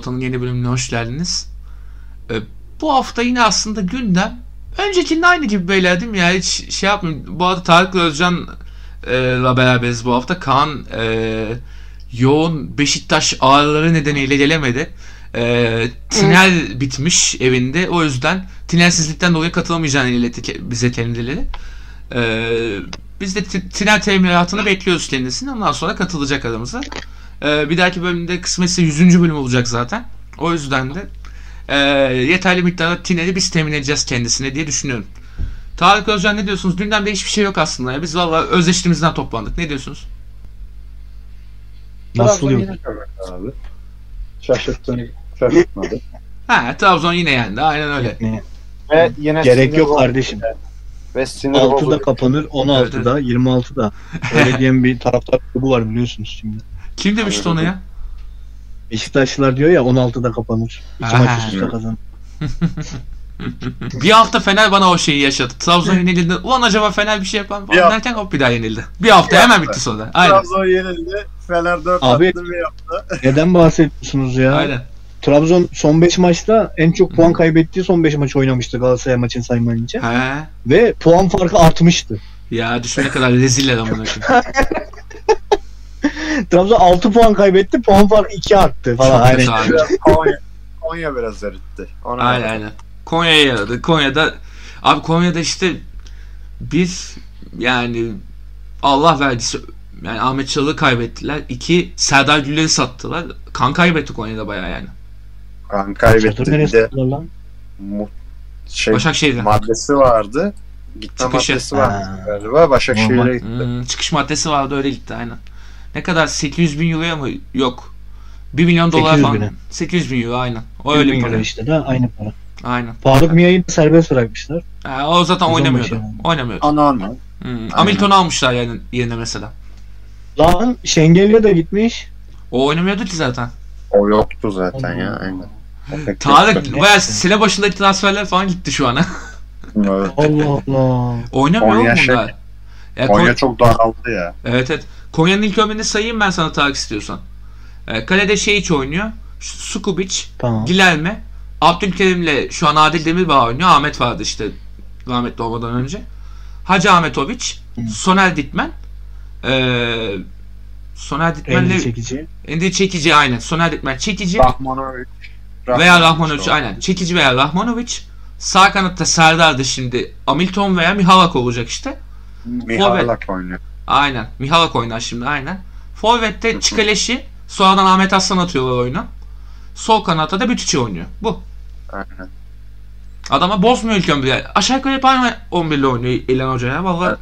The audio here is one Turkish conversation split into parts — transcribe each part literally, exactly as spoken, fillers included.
Orta'nın yeni bölümüne hoş geldiniz. Ee, bu hafta yine aslında gündem öncekinin aynı gibi beyler, değil mi ya? Hiç şey yapmayayım. Bu arada Tarık'la Özcan'la beraberiz bu hafta. Kaan e, yoğun Beşiktaş ağrıları nedeniyle gelemedi. E, tünel bitmiş evinde. O yüzden tünelsizlikten dolayı katılamayacağını iletti bize kendileri. E, biz de t- tünel teminatını bekliyoruz kendisini. Ondan sonra katılacak aramıza. Ee, bir dahaki bölümde kısmetse yüzüncü bölüm olacak zaten. O yüzden de e, yeterli miktarda tüneli biz temin edeceğiz kendisine diye düşünüyorum. Tarık, Özcan, ne diyorsunuz? Gündemde hiçbir şey yok aslında ya. Biz valla özleştiğimizden toplandık. Ne diyorsunuz? Nasıl yok? Abi. Şaşırttın, şaşırtmadı. Ha, Trabzon yine yendi. Aynen öyle. Ne? Ve yine gerek yok kardeşim. Ve sinir altıda kapanır, on altıda, evet. yirmi altıda. Öyle diyen bir taraftar grubu var, biliyorsunuz şimdi. Kim demişti onu ya? Beşiktaşlılar diyor ya on altıda kapanır. İki maç üst üste kazanır. Bir hafta Fener bana o şeyi yaşattı. Trabzon yenildi. Ulan acaba Fener bir şey yapar mı? Derken hop bir daha yenildi. Bir hafta bir hemen hafta. Bitti sonra. Aynen. Trabzon yenildi. Fener dört Abi, attı bir hafta. Neden bahsediyorsunuz ya? Aynen. Trabzon son beş maçta en çok puan kaybettiği son beş maç oynamıştı Galatasaray maçını saymayınca. He. Ve puan farkı artmıştı. Ya düşün ne kadar reziller amına koyayım. Trabzon altı puan kaybetti, puan farkı iki arttı falan. Aynen. Konya, Konya biraz eritti. Ona aynen aynen. Konya'ya yaradı. Konya'da abi Konya'da işte bir yani Allah verdiyse yani Ahmet Çalık'ı kaybettiler. İki Serdar Güller'i sattılar. Kan kaybetti Konya'da bayağı yani. Kan kaybetti. Bir de mu- şey, Başakşehir'de maddesi vardı. Gitme Çıkışı. maddesi vardı galiba. Başakşehir'e gitti. Hmm, çıkış maddesi vardı, öyle gitti aynen. Ne kadar sekiz yüz bin euroya mı? Yok. bir milyon dolar falan. bine. sekiz yüz bin euro aynen. O öyle bir para. işte de aynı para. Aynen. Faruk Mia'yı da serbest bırakmışlar. Ha, o zaten Sezon oynamıyordu. başı yani. Oynamıyordu. Anormal. Hmm. Hamilton'u almışlar yani yerine mesela. Lan Şengel'e de gitmiş. O oynamıyordu ki zaten. O yoktu zaten ya. Aynen. Tarık bayağı sene başındaki transferler falan gitti şu ana. Evet. Allah Allah. Oynamıyor Konya mu şey- bunlar? Ya, Konya Kon- çok daraldı ya. Evet evet. Konya'nın ilk ömrünü sayayım ben sana Tarık, istiyorsan. Ee, kalede Şehiç oynuyor. Sukubic, Tamam. Gilerme, Abdülkerim'le şu an Adil Demirbağ oynuyor. Ahmet vardı işte rahmetli olmadan önce. Hacı Ahmetoviç, Hı. Soner Ditmen, ee, Soner Ditmen'le Elini çekici. Endi Çekici aynen. Soner Ditmen Çekici Rahmanovic. veya Rahmanovic aynen. Çekici veya Rahmanovic. Sağ kanatta Serdar'da şimdi Hamilton veya Mihalak olacak işte. Mihalak oynuyor. Aynen. Mihalak oynar şimdi aynen. Forvet'te Çikaleşi, sonradan Ahmet Aslan atıyorlar oyuna. Sol kanatta da Bütüçi oynuyor. Bu. Aynen. Adama bozmuyor ilk on bir. Aşağı yukarı hep aynı on birle oynuyor İlhan Hoca ya. Vallahi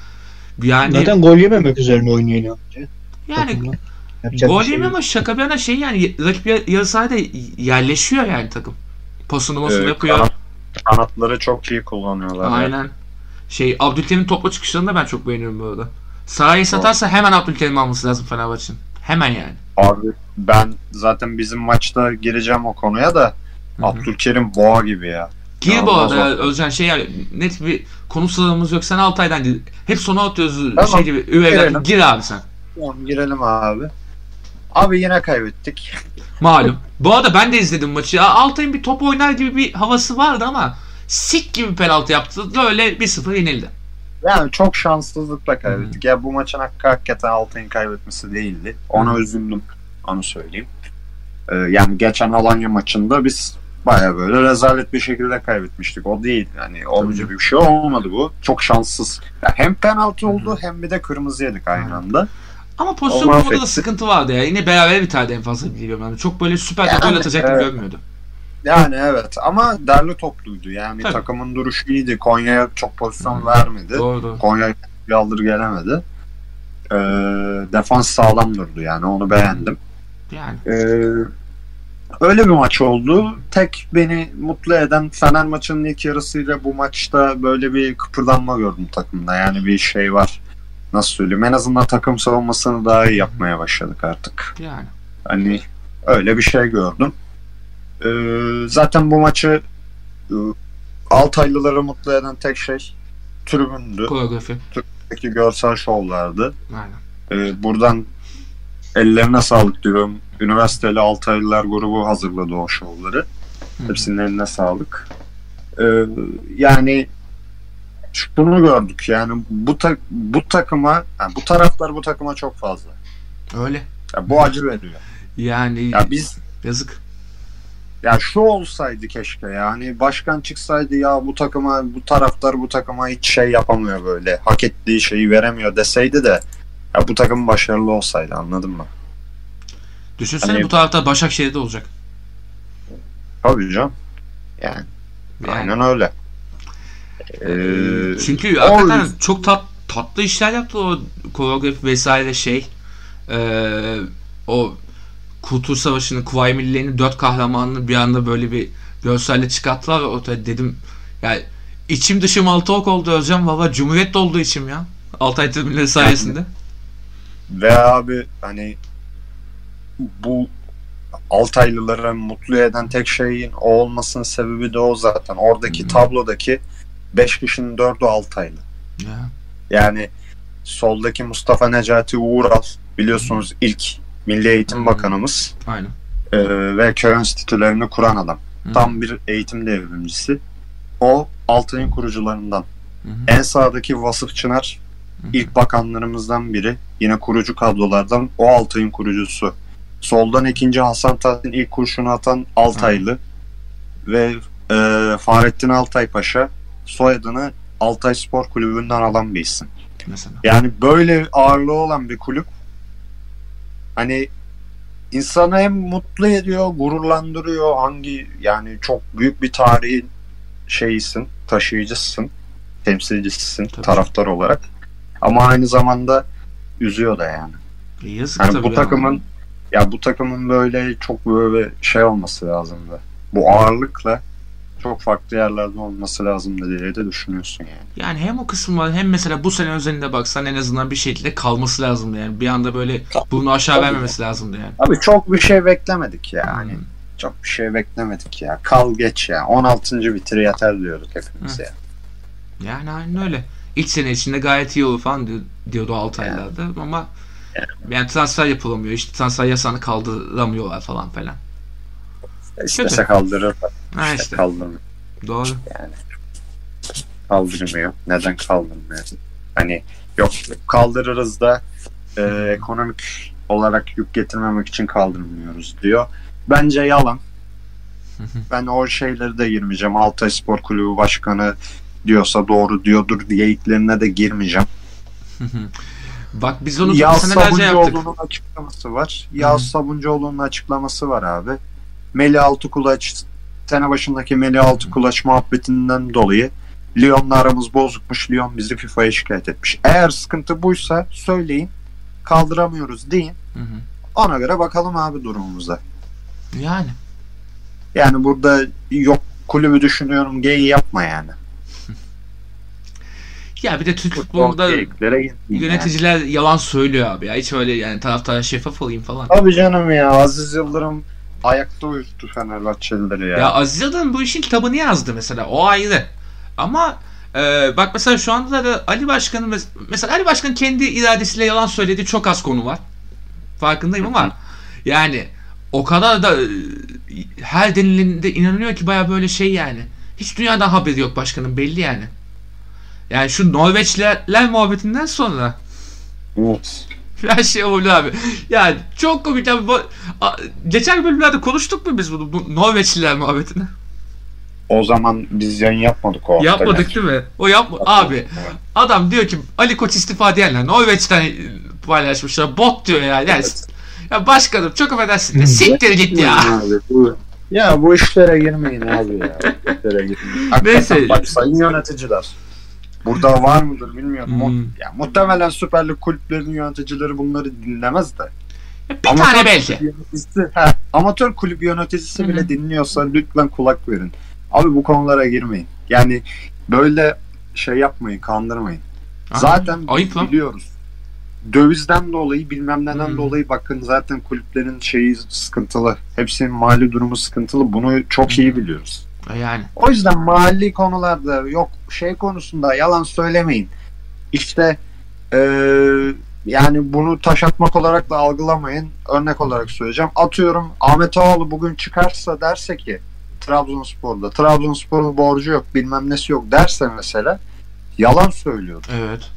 yani Zaten gol yememek üzerine oynuyor İlhan Hoca. yani Yapacak gol bir şey yemiyor yok. ama şaka bir yana şey yani rakip yarı sahada yerleşiyor yani takım. Pasını masını Ee, yapıyor. kanat- kanatları çok iyi kullanıyorlar. Aynen. Şey Abdülkerim'in topla çıkışlarını da ben çok beğeniyorum bu arada. Sahayı satarsa hemen Abdülkerim'i alması lazım Fenerbahçe'nin. Hemen yani. Abi ben zaten bizim maçta gireceğim o konuya da Hı hı. Abdülkerim boğa gibi ya. Gir bu Olmaz arada o. Özcan, şey yani net bir konu sıralamamız yok. Sen Altay'dan değil. Hep sona atıyoruz Tamam. şey gibi. Üveyden Girelim. gir abi sen. Tamam, girelim abi. Abi yine kaybettik. Malum. Bu arada ben de izledim maçı. Ya, Altay'ın bir top oynar gibi bir havası vardı ama sik gibi penaltı yaptı. Böyle bir sıfır yenildi. Yani çok şanssızlıkla kaybettik. Ya bu maçın hakkı hakikaten Altay'ın kaybetmesi değildi. Ona Hı. üzüldüm. Onu söyleyeyim. Ee, yani geçen Alanya maçında biz baya böyle rezalet bir şekilde kaybetmiştik. O değil. Yani olunca bir şey olmadı bu. Çok şanssız. Ya hem penaltı oldu hem bir de kırmızı yedik aynı anda. Ama pozisyon O kurmada da mahvetti. sıkıntı vardı ya. Yine beraber biterdi en fazla biliyorum. Yani çok böyle süper Yani, gol atacak gibi evet. görmüyordu. Yani evet ama derli topluydu. Yani Tabii. takımın duruşu iyiydi. Konya'ya çok pozisyon Hı. vermedi. Doğru doğru. Konya yaldır gelemedi. Ee, defans sağlam durdu yani onu beğendim. Yani. Ee, öyle bir maç oldu. Tek beni mutlu eden Fener maçının ilk yarısıyla bu maçta böyle bir kıpırdanma gördüm takımda. Yani bir şey var. Nasıl söyleyeyim? En azından takım savunmasını daha iyi yapmaya başladık artık. Yani. Hani öyle bir şey gördüm. Ee, zaten bu maçı e, Altaylıları mutlu eden tek şey tribündü. Koreografi. Peki görsel şovlardı. Aynen. Ee, buradan ellerine sağlık diyorum. Üniversiteli Altaylılar grubu hazırladı o şovları. Hı. Hepsinin eline sağlık. Ee, yani şunu gördük yani bu ta- bu takıma yani bu taraftar bu takıma çok fazla. Öyle. Ya bu acı veriyor. Yani Ya biz yazık. ya şu olsaydı keşke yani başkan çıksaydı ya bu takıma bu taraftar bu takıma hiç şey yapamıyor böyle hak ettiği şeyi veremiyor deseydi de ya bu takım başarılı olsaydı, anladın mı? Düşünsene Hani- bu tarafta Başakşehir'de olacak. Tabii canım. Yani, Yani. aynen öyle. Ee, Çünkü o hakikaten yüzden- çok tat, tatlı işler yaptı o koreografi vesaire şey. Ee, o Kurtuluş Savaşı'nın Kuvayi Milliye'nin dört kahramanını bir anda böyle bir görselle çıkarttılar ve ortaya dedim yani içim dışım altı ok oldu Özcan, valla Cumhuriyet doldu içim ya. Altay tribünleri sayesinde. Ve abi hani bu Altaylıları mutlu eden tek şeyin o olmasının sebebi de o zaten. Oradaki Hı. tablodaki beş kişinin dördü Altaylı. Ya. Yani soldaki Mustafa Necati Uğural biliyorsunuz ilk Milli Eğitim Hı. Bakanımız Aynen. e, ve köy enstitülerini kuran adam. Hı. Tam bir eğitim devrimcisi. O Altay'ın kurucularından. Hı hı. En sağdaki Vasıf Çınar Hı hı. ilk bakanlarımızdan biri. Yine kurucu kadrolardan o Altay'ın kurucusu. Soldan ikinci Hasan Tahsin ilk kurşunu atan Altaylı. Ve e, Fahrettin Altay Paşa soyadını Altay Spor Kulübü'nden alan bir isim. Mesela. Yani böyle ağırlığı olan bir kulüp hani insanı hem mutlu ediyor, gururlandırıyor. Hangi yani çok büyük bir tarihin şeyisin, taşıyıcısın, temsilcisisin Tabii. taraftar olarak. Ama aynı zamanda üzüyor da yani. E, yazık Yani tabii bu ya. takımın ya bu takımın böyle çok böyle şey olması lazımdı. Bu ağırlıkla çok farklı yerlerde olması lazımdı diye de düşünüyorsun yani. Yani hem o kısım var hem mesela bu sene özelinde baksan en azından bir şekilde kalması lazımdı yani. Bir anda böyle bunu aşağı Tabii. vermemesi lazımdı yani. Abi çok bir şey beklemedik ya. Hani Hmm. çok bir şey beklemedik ya. Kal geç ya. on altıncı bitir yeter diyorduk hepimiz Hı. ya. Yani aynen öyle. İlk sene içinde gayet iyi olur falan diyor, diyordu Altaylılar'da ama yani transfer yapılamıyor. İşte transfer yasağını kaldıramıyorlar falan falan. İstese kaldırır. Ha İşte işte. kaldırmıyor. Doğru. Yani kaldırmıyor. Neden kaldırmıyor? Hani yok kaldırırız da e, ekonomik olarak yük getirmemek için kaldırmıyoruz diyor. Bence yalan. Ben o şeyleri de girmeyeceğim. Altay Spor Kulübü Başkanı diyorsa doğru diyordur diye ilklerine de girmeyeceğim. Bak biz onu Yağız senelerce yaptık. Sabuncuoğlu'nun açıklaması var. Yağız Sabuncuoğlu'nun açıklaması var abi. Melih Altıkulaç sene başındaki Melih Altıkulaç muhabbetinden dolayı Lyon'la aramız bozukmuş. Lyon bizi FIFA'ya şikayet etmiş. Eğer sıkıntı buysa söyleyin. Kaldıramıyoruz deyin. Hı hı. Ona göre bakalım abi durumumuza. Yani. Yani burada yok kulübü düşünüyorum geyi yapma yani. Ya bir de Türk futbolunda Geyiklere gitmeyin yöneticiler yalan söylüyor abi ya. Hiç öyle yani taraftara şeffaf olayım falan. yani. Abi canım ya Aziz Yıldırım ayakta uyuttu Fenerbahçelileri ya. Ya Aziz Yıldırım bu işin kitabını yazdı mesela. O ayrı. Ama e, bak mesela şu anda da Ali Başkan'ın mes- mesela Ali Başkan kendi iradesiyle yalan söylediği çok az konu var. Farkındayım ama yani o kadar da e, her denilende inanılıyor ki baya böyle şey yani. Hiç dünyadan haberi yok başkanın belli yani. Yani şu Norveçliler muhabbetinden sonra Evet. her şey oldu abi. Yani çok komik abi. Bu, a, geçen bölümlerde konuştuk mu biz bunu? Bu Norveçliler muhabbetini? O zaman biz yayın yapmadık o hafta. Yapmadık değil mi? O yapma. Abi adam diyor ki Ali Koç istifa diyenler Norveç'ten paylaşmışlar. Bot diyor ya. Yani, Evet. ya başkanım çok affedersin de siktir git ya. Abi, bu, ya bu işlere girmeyin abi ya. Bu işlere girmeyin. Hakikaten Neyse. bak sayın yöneticiler. Burada var mıdır bilmiyorum. Hmm. Mu- ya, muhtemelen Süper Lig kulüplerinin yöneticileri bunları dinlemez de. Bir tane belki. Yöneticisi, heh, amatör kulüp yöneticisi bile Hı-hı. dinliyorsa lütfen kulak verin. Abi bu konulara girmeyin. Yani böyle şey yapmayın, kandırmayın. Aha, Zaten ayıp lan. biliyoruz. Dövizden dolayı bilmem neden Hmm. dolayı bakın zaten kulüplerin şeyi sıkıntılı. Hepsinin mali durumu sıkıntılı. Bunu çok Hmm. iyi biliyoruz. Yani. O yüzden mali konularda yok şey konusunda yalan söylemeyin. İşte eee yani bunu taş atmak olarak da algılamayın. Örnek olarak söyleyeceğim. Atıyorum Ahmet Ağaoğlu bugün çıkarsa derse ki Trabzonspor'da Trabzonspor'un borcu yok, bilmem nesi yok derse mesela yalan söylüyordu. Evet.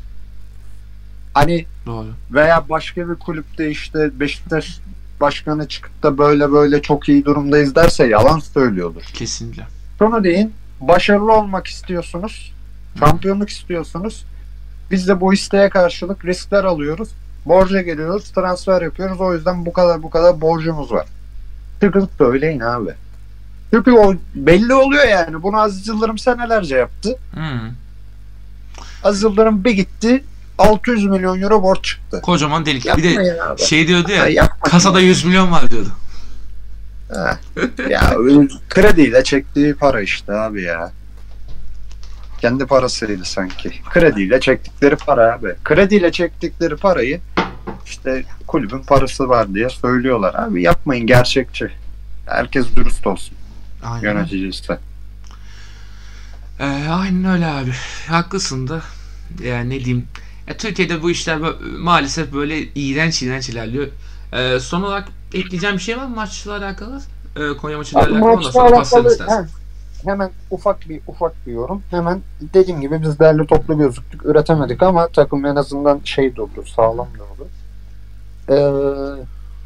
Hani Doğru. veya başka bir kulüpte işte Beşiktaş başkanı çıkıp da böyle böyle çok iyi durumdayız derse yalan söylüyordur. Kesinlikle. Şunu deyin, başarılı olmak istiyorsunuz, şampiyonluk istiyorsunuz. Biz de bu isteğe karşılık riskler alıyoruz. Borca geliyoruz, transfer yapıyoruz. O yüzden bu kadar bu kadar borcumuz var. Çıkıp söyleyin abi. Çünkü o belli oluyor yani. Bunu Aziz Yıldırım senelerce yaptı. Hmm. Aziz Yıldırım bir gitti, altı yüz milyon euro borç çıktı. Kocaman delik. Yapmayın Bir de abi. şey diyordu ya, Ya kasada yüz milyon var diyordu. Ha. Ya krediyle çektiği para işte abi ya. Kendi parasıydı sanki. Krediyle çektikleri para abi. Krediyle çektikleri parayı işte kulübün parası var diye söylüyorlar. Abi yapmayın, gerçekçi. Herkes dürüst olsun. Aynen. Yöneticisi. Ee, aynen öyle abi. Haklısın da. Yani ne diyeyim. Ya, Türkiye'de bu işler bö- maalesef böyle iğrenç iğrenç ilerliyor. Ee, son olarak ekleyeceğim bir şey var mı maçla alakalı? Ee, Konya maçıyla alakalı. Ondan Maçla sonra paslarını alakalı istersen. he, hemen ufak bir ufak bir yorum. Hemen dediğim gibi biz değerli toplu gözüktük. Üretemedik ama takım en azından şey durdu. Sağlam durdu. Ee,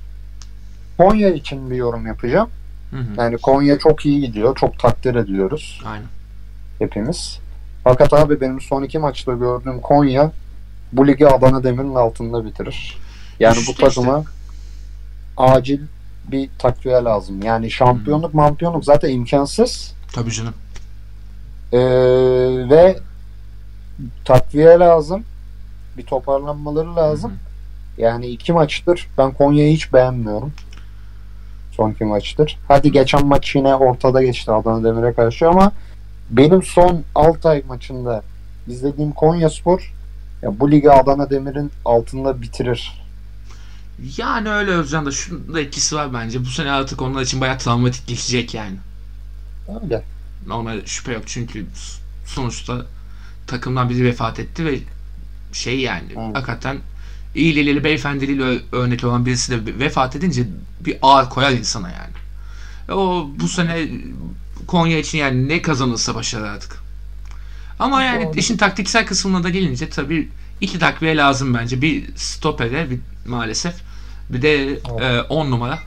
Konya için bir yorum yapacağım. Hı hı. Yani Konya çok iyi gidiyor. Çok takdir ediyoruz. Aynen. Hepimiz. Fakat abi benim son iki maçta gördüğüm Konya bu ligi Adana Demir'in altında bitirir. Yani İşte bu takıma acil bir takviye lazım. Yani şampiyonluk Hmm. mampiyonluk zaten imkansız. Tabii canım. Ee, ve takviye lazım. Bir toparlanmaları lazım. Hı hı. Yani iki maçtır ben Konya'yı hiç beğenmiyorum. Son iki maçtır. Hadi geçen maç yine ortada geçti Adana Demir'e karşı ama benim son Altay maçında izlediğim Konyaspor ya bu ligi Adana Demir'in altında bitirir. Yani öyle Özcan da şunun da etkisi var bence. Bu sene artık onlar için bayağı travmatik geçecek yani. Öyle. Normal şüphe yok çünkü sonuçta takımdan biri vefat etti ve şey yani Evet. hakikaten iyiliğiyle beyefendiliğiyle örnek olan birisi de vefat edince bir ağır koyar insana yani. O bu sene Konya için yani ne kazanırsa başarır artık. Ama yani Doğru. işin taktiksel kısmına da gelince tabii iki takviye lazım bence. Bir stopere bir, maalesef. Bir de on numara.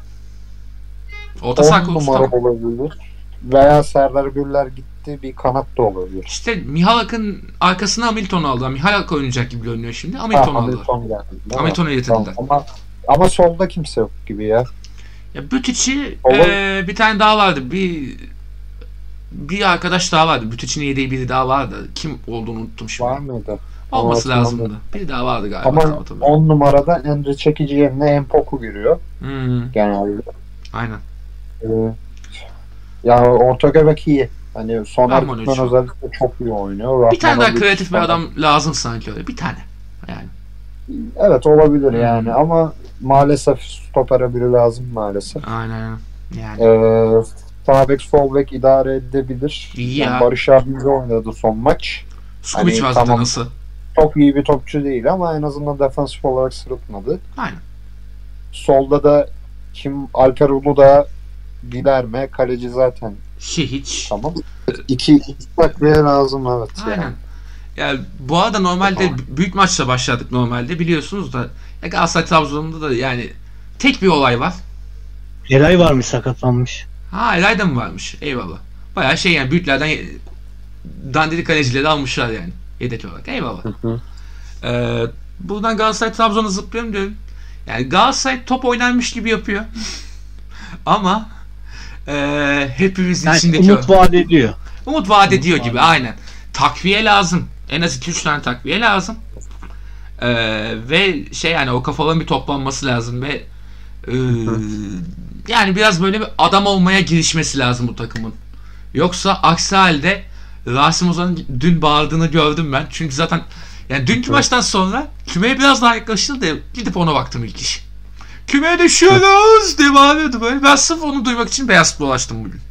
Orta saha on konusu numara tamam. olabilir. Veya Serdar Gürler gitti bir kanat da olabilir. İşte Mihalak'ın arkasına Hamilton'u aldılar. Mihalak oynayacak gibi görünüyor şimdi. Hamilton'u Ha, aldılar. Hamilton geldi, değil mi? Hamilton'a getirdiler. Tamam. Ama, ama solda kimse yok gibi ya. Ya Bütiç'i Olur. e, bir tane daha vardı. Bir bir arkadaş daha vardı. Bütiç'in yediği biri daha vardı. Kim olduğunu unuttum şimdi. Var mıydı? Olması Ama lazımdı. Biri daha vardı galiba. Ama Tamam, tabii. on numarada Emre Çekici yerine Empoku giriyor Hmm, genelde. aynen. Ee, ya orta göbek iyi. Hani Soner Rahman Gitmen Uçu. özellikle çok iyi oynuyor. Bir tane Rahman daha Uçu kreatif bir falan. adam lazım sanki öyle. Bir tane. Yani. Evet olabilir Hmm. yani ama maalesef stopere biri lazım maalesef. Aynen. Yani. Ee, sağ bek sol bek idare edebilir. İyi Yani ya. Barış abimiz oynadı son maç. Skubic hani var zaten tamam. nasıl? Çok iyi bir topçu değil ama en azından defansif olarak sırıtmadı. Aynen. Solda da kim Alper Uludağ gider mi? Kaleci zaten Şey hiç. tamam. İki, iki takviye lazım evet. Aynen. Yani. Yani bu arada normalde Tamam. büyük maçla başladık normalde biliyorsunuz da ya Galatasaray Trabzon'da da yani tek bir olay var. Eray varmış sakatlanmış. Ha Eray da mı varmış? Eyvallah. Bayağı şey yani büyüklerden ye- dandirik kalecileri almışlar yani. Yedek olarak. Eyvallah. Hı hı. Ee, buradan Galatasaray Trabzon'a zıplıyorum diyorum. Yani Galatasaray top oynanmış gibi yapıyor. Ama e, hepimiz Yani içindeki umut vaat ediyor. umut vaat ediyor Umut gibi vaat. aynen. Takviye lazım. En az iki üç tane takviye lazım. Ee, ve şey yani o kafaların bir toplanması lazım ve e, yani biraz böyle bir adam olmaya girişmesi lazım bu takımın. Yoksa aksi halde Rasim Ozan'ın dün bağırdığını gördüm ben. Çünkü zaten yani dünkü maçtan sonra kümeye biraz daha yaklaşıldı da gidip ona baktım ilk iş. Kümeye düşüyoruz diye bağırıyordu böyle. Ben sırf onu duymak için beyaz futbol açtım bugün.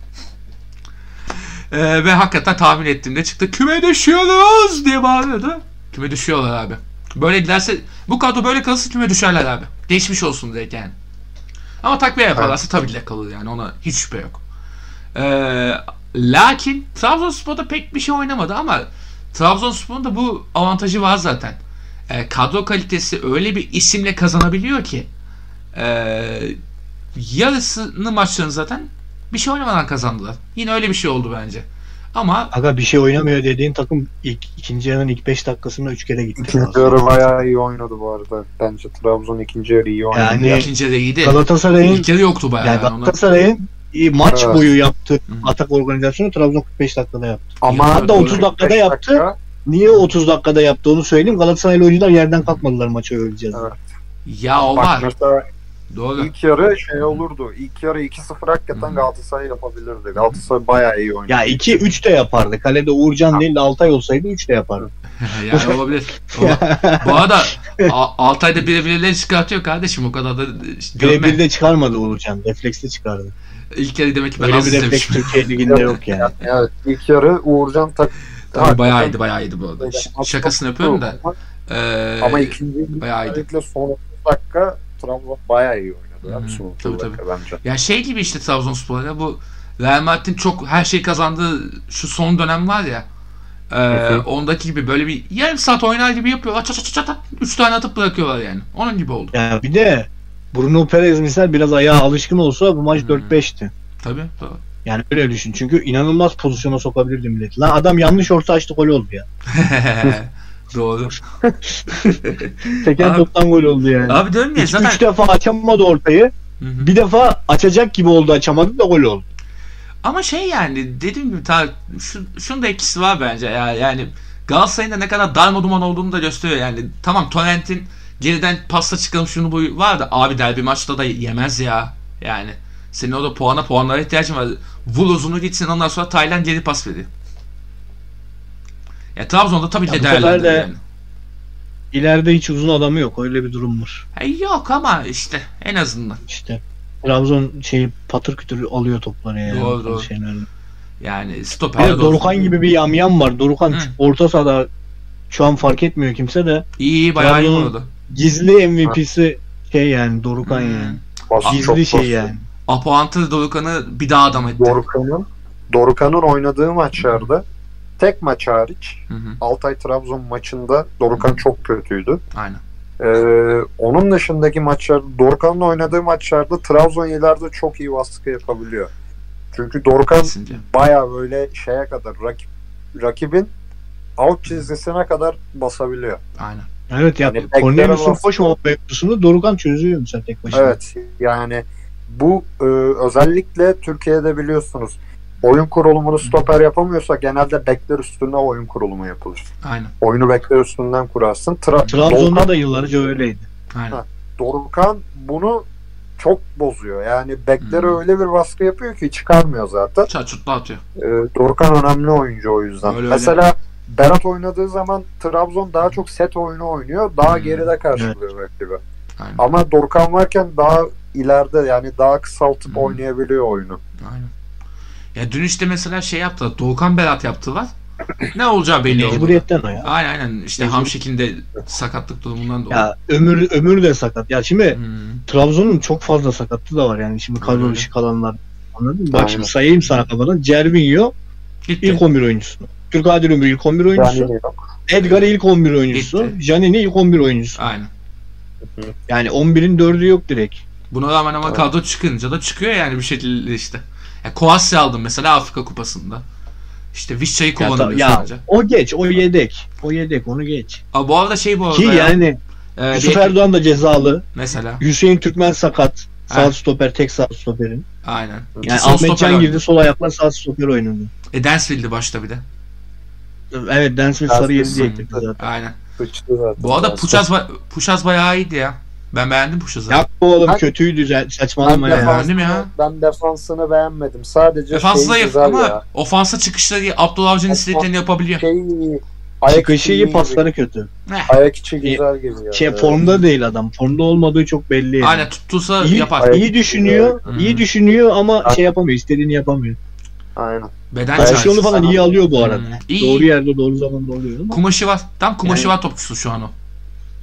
Ee, ve hakikaten tahmin ettiğimde çıktı. Küme düşüyoruz diye bağırıyordu. Küme düşüyorlar abi. Böyle giderse bu kadro böyle kalırsa küme düşerler abi. Geçmiş olsun direkt yani. Ama takviye yaparlarsa evet. Tabii ki de kalır yani, ona hiç şüphe yok. Ee, lakin Trabzonspor'da pek bir şey oynamadı ama Trabzonspor'un da bu avantajı var zaten. Ee, kadro kalitesi öyle bir isimle kazanabiliyor ki ee, yarısını maçlarını zaten bir şey oynamadan kazandılar. Yine öyle bir şey oldu bence. Ama aga bir şey oynamıyor dediğin takım ilk, ikinci yarının ilk beş dakikasında üç kere gitti. İkinci yarı bayağı iyi oynadı bu arada. Bence Trabzon ikinci yarı iyi oynadı. Yani ikinci yarı iyiydi. Galatasaray'ın İlk yarı yoktu bayağı. Yani Yani Galatasaray'ın maç evet. boyu yaptığı Hı. atak organizasyonu Trabzon kırk beş dakikada yaptı. Ama da otuz dakikada yaptı. Dakika. Niye otuz dakikada yaptı onu söyleyeyim. Galatasaraylı oyuncular yerden kalkmadılar maçı öleceğiz. Evet. Ya o var. Doğru. İlk yarı şey olurdu. İlk yarı iki sıfır hakikaten Galatasaray yapabilirdi. Galatasaray bayağı iyi oynadı. Ya iki üç de yapardı. Kalede Uğurcan değil de Altay olsaydı üç de yapardı. Yani olabilir. Bu arada Altay'da birebirleri çıkartıyor kardeşim, o kadar da birebir de çıkarmadı Uğurcan. Refleksle çıkardı. İlk yarı demek ki ben öyle az bir refleks izlemişim. Türkiye Ligi'nde yok yani. Evet, ilk yarı Uğurcan tak Tabii bayağı iyiydi, bayağı iyiydi bu arada. Şakasını yapıyorum da. Ee, ama ikinci özellikle son otuz dakika Trabzon bayağı iyi oynadı. Hmm, tabii tabii. Bence. Ya şey gibi işte Trabzonspor'da bu Real Madrid'in çok her şey kazandığı şu son dönem var ya. E, ondaki gibi böyle bir yarım saat oynar gibi yapıyorlar. Çat çat çat çat üç tane atıp bırakıyorlar yani. Onun gibi oldu. Ya bir de Bruno Perez misal biraz ayağa alışkın olsa bu maç hmm. dört beşti. Tabii tabii. Yani öyle düşün. Çünkü inanılmaz pozisyona sokabilirdi millet. Lan adam yanlış orta açtı, gol oldu ya. Doğru. Teker toptan gol oldu yani. Abi dönmüyor üç, zaten. Üç defa açamadı ortayı. Hı-hı. Bir defa açacak gibi oldu, açamadı da gol oldu. Ama şey yani dediğim gibi ta, şu, şunun da etkisi var bence ya. Yani Galatasaray'ın da ne kadar darmaduman olduğunu da gösteriyor yani. Tamam Torrent'in geriden pasta çıkalım şunu bu var da abi derbi maçta da yemez ya. Yani senin orada puana puanlara ihtiyacın var. Vur uzunu gitsin, ondan sonra Taylan geri pas veriyor. Ya Trabzon'da tabii ki değerlendirir yani. İleride hiç uzun adamı yok. Öyle bir durum var. E yok ama işte en azından. İşte Trabzon şeyi patır kütür alıyor topları yani. Doğru doğru. Şeylerle. Yani stoper. Evet, Dorukhan gibi bir yamyam var. Dorukhan Hı. orta sahada şu an fark etmiyor kimse de. İyi iyi bayağı iyi oldu. Gizli M V P'si şey yani Dorukhan hmm. yani. Bas, Gizli şey basit. Yani. Apoantı Dorukhan'ı bir daha adam etti. Dorukhan'ın Dorukhan'ın oynadığı maçlarda tek maç hariç hı hı. Altay Trabzon maçında Dorukhan çok kötüydü. Aynen. Ee, onun dışındaki maçlarda Dorukhan'ın oynadığı maçlarda Trabzon ileride çok iyi baskı yapabiliyor. Çünkü Dorukhan Kesinlikle. Bayağı böyle şeye kadar rakip rakibin out çizgisine kadar basabiliyor. Aynen. Evet ya. Yani Cornelius'un koşmama mevzusunu Dorukhan çözüyor mesela tek başına. Evet. Yani bu e, özellikle Türkiye'de biliyorsunuz oyun kurulumunu stoper yapamıyorsa genelde bekler üstünden oyun kurulumu yapılır. Aynen. Oyunu bekler üstünden kurarsın. Tra- Trabzon'da Dorukhan, da yıllarca öyleydi. Aynen. Ha, Dorukhan bunu çok bozuyor. Yani beklere hmm. öyle bir baskı yapıyor ki çıkarmıyor zaten. Çatçutla atıyor. Ee, Dorukhan önemli oyuncu o yüzden. Öyle Mesela öyle. Berat oynadığı zaman Trabzon daha çok set oyunu oynuyor. Daha hmm. geride karşılıyor evet. rakibi. Ama Dorukhan varken daha ileride yani daha kısaltıp hmm. oynayabiliyor oyunu. Aynen. Ya dün işte mesela şey yaptılar. Doğukan Berat yaptılar. Ne olacağı belli oldu. Mecburiyetten o ya. Aynen aynen. İşte Mecbur. Hamşik'inde sakatlık durumundan dolayı. Ya ömür ömür de sakat. Ya şimdi hmm. Trabzon'un çok fazla sakatlığı da var yani. Şimdi kadro dışı kalanlar. Anladın mı? Bak aynen. Şimdi sayayım sana kafadan. Cervinho Gitti. ilk on bir oyuncusu. Türkadir Ömür ilk on bir oyuncusu. Edgar ilk on bir oyuncusu. Janini ilk on bir oyuncusu. Aynen. Yani on birin dördü yok direkt. Buna rağmen ama kadro çıkınca da çıkıyor yani bir şekilde işte. Ya Koasya aldım mesela Afrika Kupası'nda. İşte Vişça'yı kullanabiliyor ya, sadece. O geç, o yedek. O yedek, onu geç. Abi bu arada şey bu arada Ki ya, yani e, Yusuf bir... Erdoğan da cezalı. Mesela. Hüseyin Türkmen sakat. Sağ ha. stoper, tek sağ stoperin. Aynen. Yani Ahmet Can girdi, sol ayakla sağ stoper oynadı. E Dansville'di başta bir de. Evet, Dansville sarı yedi diyecektik zaten. Aynen. Bu arada Puçaz, Puçaz bayağı iyiydi ya. Ben beğendim Puçaz'ı. Ya oğlum ben, kötüydü saçmalama ya. Beğendim ya. Ben defansını beğenmedim. Sadece defans şey zayıf güzel ama ya. Ofansa çıkışları Abdullah Avcı'nın istediklerini yapabiliyor. Şey, çıkışı iyi, pasları kötü. Eh. Ayak içi güzel geliyor. Şey evet. Formda değil adam. Formda olmadığı çok belli. Yani. Aynen tutulsa iyi, yapar. İyi düşünüyor. Hmm. İyi düşünüyor ama Aynen. şey yapamıyor. İstediğini yapamıyor. Aynen. Beden Pozisyonu falan iyi alıyor bu arada. Hmm. İyi. Doğru yerde doğru zamanda oluyor. Ama. Kumaşı var. Tam kumaşı yani. var topçusu şu an o.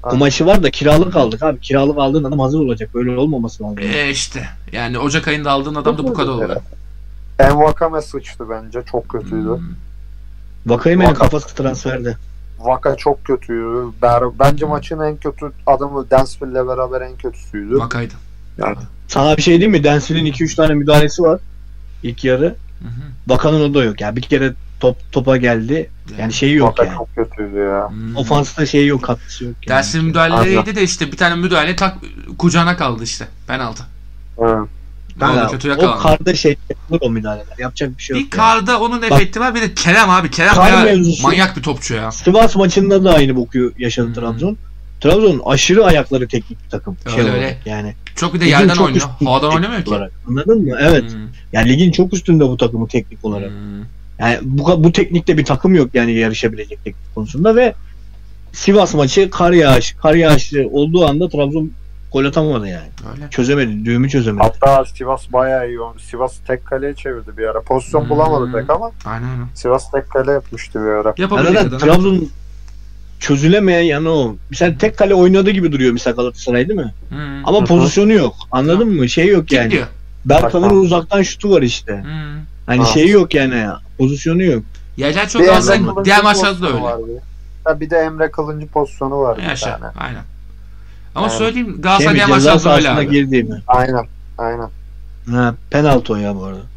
Kumaşı var da kiralık aldık abi. Kiralık aldığın adam hazır olacak. Böyle olmaması lazım. E işte. Yani Ocak ayında aldığın adam da bu kadar oluyor. Envakame sıçtı bence. Çok kötüydü. Hmm. Vakayeme'nin kafası transferde. Vaka çok kötüydü. Bence maçın en kötü adamı Dansville'le beraber en kötüsüydü. Vakaydı. Yani. Sana bir şey diyeyim mi? Dansville'in iki üç tane müdahalesi var. İlk yarı. Hı hı. Vakanın o da yok. Yani bir kere top topa geldi. Yani şeyi yok Vaka yani. çok kötüydü ya. Hmm. Ofansta şeyi yok, katkısı yok. Yani. Dansville müdahaleydi de işte bir tane müdahale tak kucağına kaldı işte. Penaltı. Evet. Yani o karda şey yapılır o müdahaleler. Yapacak bir şey yok. Bir karda yani. Onun efekti var. Bir de Kerem abi. Kerem bayağı manyak bir topçu ya. Sivas maçında da aynı boku yaşadı hmm. Trabzon. Trabzon aşırı ayakları teknik bir takım. Öyle şey öyle. Yani. Çok bir de yerden oynuyor. Havadan oynamıyor ki. Olarak. Anladın mı? Evet. Hmm. Yani ligin çok üstünde bu takımı teknik olarak. Hmm. Yani bu, bu teknikte bir takım yok yani yarışabilecek teknik konusunda ve Sivas maçı kar yağış, kar yağışı olduğu anda Trabzon gol atamadı yani. Öyle. Çözemedi, düğümü çözemedi. Hatta Sivas bayağı iyi. Sivas tek kaleye çevirdi bir ara. Pozisyon hmm. bulamadı pek ama. Aynen. Sivas tek kale yapmıştı bir ara. Yani Trabzon çözülemeyen yanı o. Mesela tek kale oynadığı gibi duruyor mesela Galatasaray değil mi? Hmm. Ama Hı-hı. pozisyonu yok. Anladın Hı-hı. mı? Şey yok yani. Gidiyor. Berkan'ın uzaktan şutu var işte. Hmm. Hani ha. şey yok yani ya. Pozisyonu yok. Yerden çok aslında diğer maçlarda da öyle. Ha, bir de Emre Kılınç'ı pozisyonu var. Yaşa. Aynen. Ama yani. Söyleyeyim Galatasaray diğer şey maçlarda öyle abi. Girdi mi? Aynen. Aynen. Ha, penaltı o ya bu arada.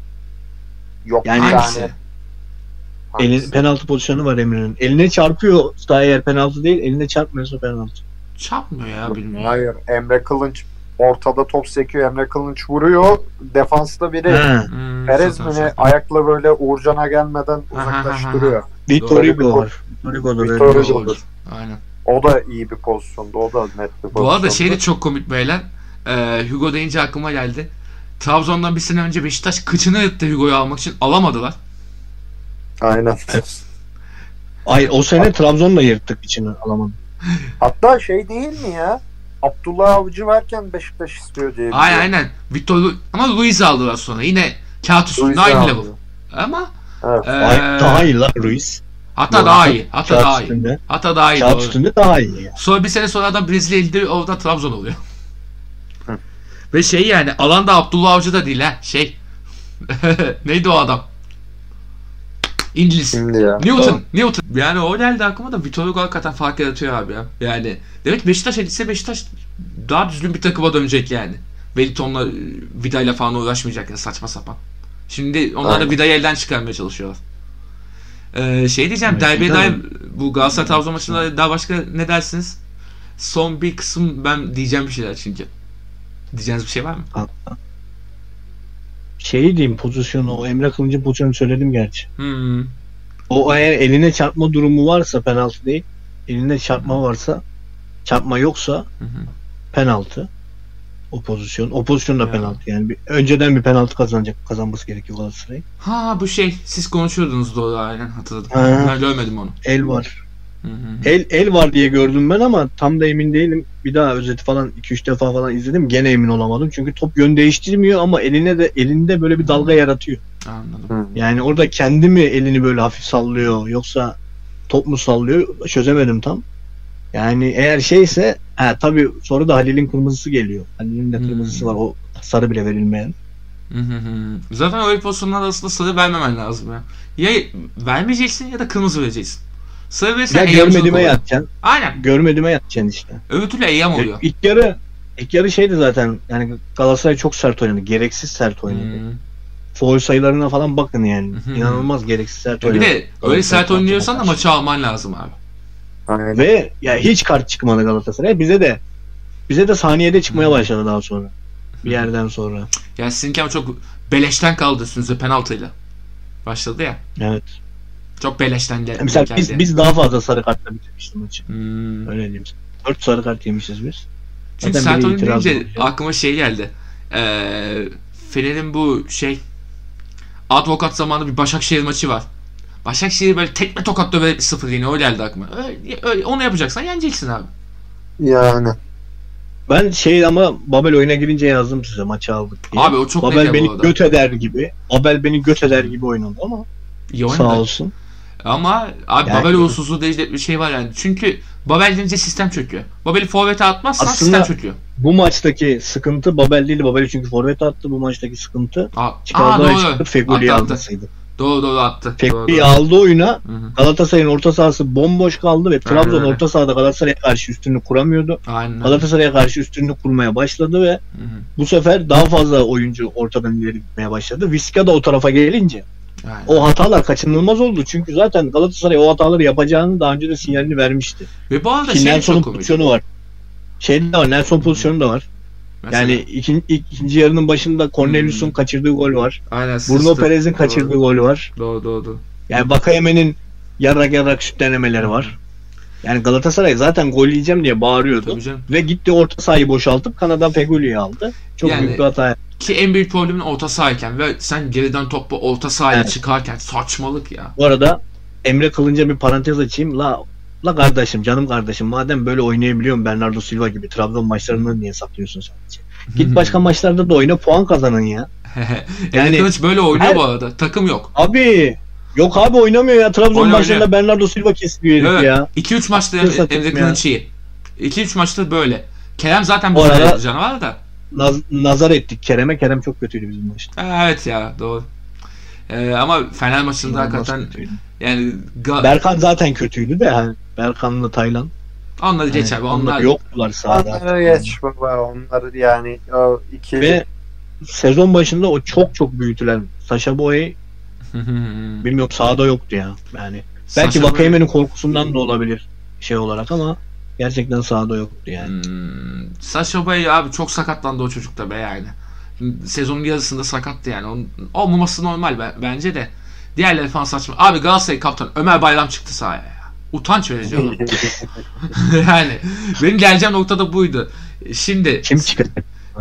Yok yani. Hangisi? Elin, penaltı pozisyonu var Emre'nin. Eline çarpıyor da eğer penaltı değil, eline çarpmıyorsa penaltı. Çarpmıyor ya bilmiyorum. Hayır. Emre Kılınç ortada top sekiyor. Emre Kılınç vuruyor. Defansta biri hmm, Perez mi ne ayakla böyle Uğurcan'a gelmeden uzaklaştırıyor. Vitorigo var. Vitorigo da Aynen. O da iyi bir pozisyondu. O da net bir pozisyondu. Bu arada şey de çok komik beyler. Ee, Hugo deyince aklıma geldi. Trabzon'dan bir sene önce Beşiktaş kıçını yırttı Hugo'yu almak için. Alamadılar. Aynen. Ay o sene Trabzon'la yırttık içini alamadı. Hatta şey değil mi ya? Abdullah Avcı varken Beşiktaş istiyor diye. Aynen aynen. Victor ama Ruiz aldılar sonra. Yine kağıt üstünde aynı level. Ama evet. ee, daha iyi lan Ruiz. Hatta Yo, daha iyi. Hatta daha üstünde. iyi. Hatta daha iyi. Kağıt üstünde daha iyi. Yani. Sonra bir sene sonra da Brezilya ildi orada Trabzon oluyor. Hı. Ve şey yani alan da Abdullah Avcı da değil ha. Şey. Neydi o adam? İngiliz. Newton. Tamam. Newton. Yani o geldi aklıma da Vitor Hugo hakikaten fark yaratıyor abi ya. Yani demek ki Beşiktaş edilse Beşiktaş daha düzgün bir takıma dönecek yani. Wellington'la Vida'yla falan uğraşmayacak ya saçma sapan. Şimdi onlar da Vida'yı elden çıkarmaya çalışıyorlar. Ee, şey diyeceğim, derbiye dair bu Galatasaray Trabzon maçında daha başka ne dersiniz? Son bir kısım ben diyeceğim bir şeyler çünkü. Diyeceğiniz bir şey var mı? Şey diyeyim pozisyonu, o Emre Kılınç'ın pozisyonunu söyledim gerçi. Hmm. O eğer eline çarpma durumu varsa penaltı değil. Eline çarpma varsa, çarpma yoksa hı hı. penaltı. O pozisyon. O pozisyon da ya. penaltı yani. Bir, önceden bir penaltı kazanacak, kazanması gerekiyor Galatasaray. Ha bu şey, siz konuşuyordunuz doğru aynen hatırladım. Ha. Ben görmedim onu. El var. Hı hı. El el var diye gördüm ben ama tam da emin değilim. Bir daha özeti falan iki üç defa falan izledim. Gene emin olamadım. Çünkü top yön değiştirmiyor ama eline de elinde böyle bir dalga yaratıyor. Anladım. Yani orada kendi mi elini böyle hafif sallıyor yoksa top mu sallıyor? Çözemedim tam. Yani eğer şeyse ha tabii sonra da Halil'in kırmızısı geliyor. Halil'in de kırmızısı hmm. var. O sarı bile verilmeyen. Zaten öyle pozisyonlarda aslında sarı vermemen lazım ya. Ya vermeyeceksin ya da kırmızı vereceksin. Sarı verirsen ya görmediğime yatacaksın. Aynen. Görmediğime yatacaksın işte. Öbür türlü eyyam oluyor. İlk yarı ilk yarı şeydi zaten. Yani Galatasaray çok sert oynadı. Gereksiz sert oynadı. Hmm. Foul sayılarına falan bakın yani. Hmm. İnanılmaz gereksiz sert oynadı. Bir de öyle sert oynuyorsan da maçı alman lazım abi. Aynen. Ve ya hiç kart çıkmadı Galatasaray. Bize de bize de saniyede çıkmaya başladı daha sonra. Bir yerden sonra. Yani sizinki ama çok beleşten kaldı üstünüze penaltıyla. Başladı ya. Evet. Çok beleşten geldi. Mesela biz, biz daha fazla sarı kartla bitirmiştik maçı. Hmm. Öyle diyeyim. dört sarı kart yemişiz biz. Çünkü sert oyun deyince aklıma şey geldi. Ee, Fener'in bu şey Advokat zamanı bir Başakşehir maçı var. Başakşehir böyle tekme tokatla böyle sıfır yine o geldi aklıma. Öyle, öyle, onu yapacaksan yeneceksin abi. Yani. Ben şey ama Babel oyuna girince yazdım size maçı aldık diye. Abi o çok Babel beni göt eder gibi. Babel beni göt eder gibi oynadı ama İyi sağ olsun. Ama abi yani, Babel uğursuzluğu değil bir şey var yani. Çünkü Babel deyince sistem çöküyor. Babel'i forvete atmazsan Aslında sistem çöküyor. Bu maçtaki sıkıntı Babel değil. Babel'i çünkü forvete attı. Bu maçtaki sıkıntı Aa, çıkardığı çıkıp Fegüli'yi almasıydı. Doğru doğru attı. Fegüli'yi aldı oyuna. Galatasaray'ın orta sahası bomboş kaldı ve Trabzon aynen orta sahada Galatasaray'a karşı üstünlüğü kuramıyordu. Aynen. Galatasaray'a karşı üstünlüğü kurmaya başladı ve hı-hı, bu sefer daha fazla oyuncu ortadan ileri gitmeye başladı. Vizca da o tarafa gelince aynen o hatalar kaçınılmaz oldu. Çünkü zaten Galatasaray o hataları yapacağını daha önce de sinyalini vermişti. Ve bu arada Ki şey Nelson'un pozisyonu var. Şeyde de var. Nelson pozisyonu da var. Mesela, yani ikinci, ikinci yarının başında Cornelius'un hmm. kaçırdığı gol var. Aynen, Bruno Perez'in kaçırdığı gol var. Doğru doğru. Yani Vakayeme'nin yarrak yarrak şut denemeleri var. Yani Galatasaray zaten gol yiyeceğim diye bağırıyordu. Ve gitti orta sahayı boşaltıp kanadan Fegüli'yi aldı. Çok yani, büyük bir hata. Ki en büyük problemin orta sahayken ve sen geriden topla orta sahaya evet çıkarken saçmalık ya. Bu arada Emre Kılınç'a bir parantez açayım. La La kardeşim, canım kardeşim, madem böyle oynayabiliyorsun Bernardo Silva gibi, Trabzon maçlarını niye saklıyorsun sadece? Git başka maçlarda da oyna, puan kazanın ya. Yani Kılıç böyle oynuyor her bu arada. Takım yok. Abi yok abi, oynamıyor ya. Trabzon oyna, maçlarında oyna. Bernardo Silva kesiliyor herif evet ya. iki üç maçta Emre Kılıç iyi. iki üç maçta böyle. Kerem zaten bu arada canavar da. Naz, nazar ettik Kerem'e. Kerem çok kötüydü bizim maçta. Evet ya, doğru. Ee, ama Fener maçında hakikaten yani Ga- Berkan zaten kötüydü de yani Berkan'la Taylan. Onları geç abi. Onlar, onlar yoktular sahada. Onları geç baba. Onları yani o iki ve sezon başında o çok çok büyütülen Sacha Boey bilmiyorum, sahada yoktu ya. Yani belki Vakayeme'nin korkusundan da olabilir şey olarak ama gerçekten sahada yoktu yani. Hmm, Sacha Boey abi çok sakatlandı o çocuk da be yani. Sezonun yarısında sakattı yani. Onun olmaması normal bence de. Diğerleri falan saçma. Abi Galatasaray kaptanı Ömer Bayram çıktı sahaya ya. Utanç verici oğlum. Yani benim geleceğim nokta da buydu. Şimdi kim çıkacak?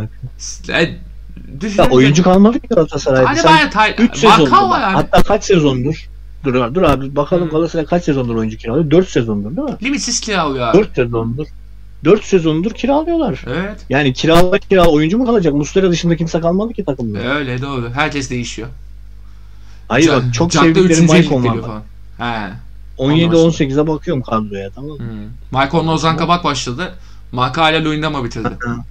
E, ya oyuncu kalmadı ki Galatasaray'da. Hani ben tay- üç sezondur. Hatta kaç sezondur? Dur dur abi bakalım Galatasaray kaç sezondur oyuncu kiralıyor? dört sezondur değil mi? Limitsiz kiralıyor abi. dört sezondur. dört sezondur kiralıyorlar. Evet. Yani kiralı kiralı oyuncu mu kalacak? Muslera dışında kimse kalmadı ki takımda. Öyle doğru. Herkes değişiyor. Hayır bak, çok sevdiklerim Maicon var. He. on yedi on sekize bakıyorum kadroya, tamam mı? Hmm. Maicon'la Ozan Kabak başladı. Makale Luyendama bitirdi.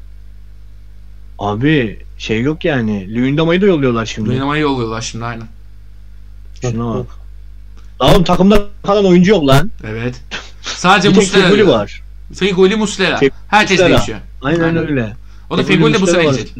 Abi şey yok yani. Luyendama'yı da yolluyorlar şimdi. Luyendama'yı yolluyorlar şimdi aynen. Şuna bak. Oğlum takımda kalan oyuncu yok lan. Evet. Sadece Muslera. Feguli var. Feguli Muslera. Herkes Muslera değişiyor. Aynen, aynen öyle. O da Feguli de bu sene gidecek.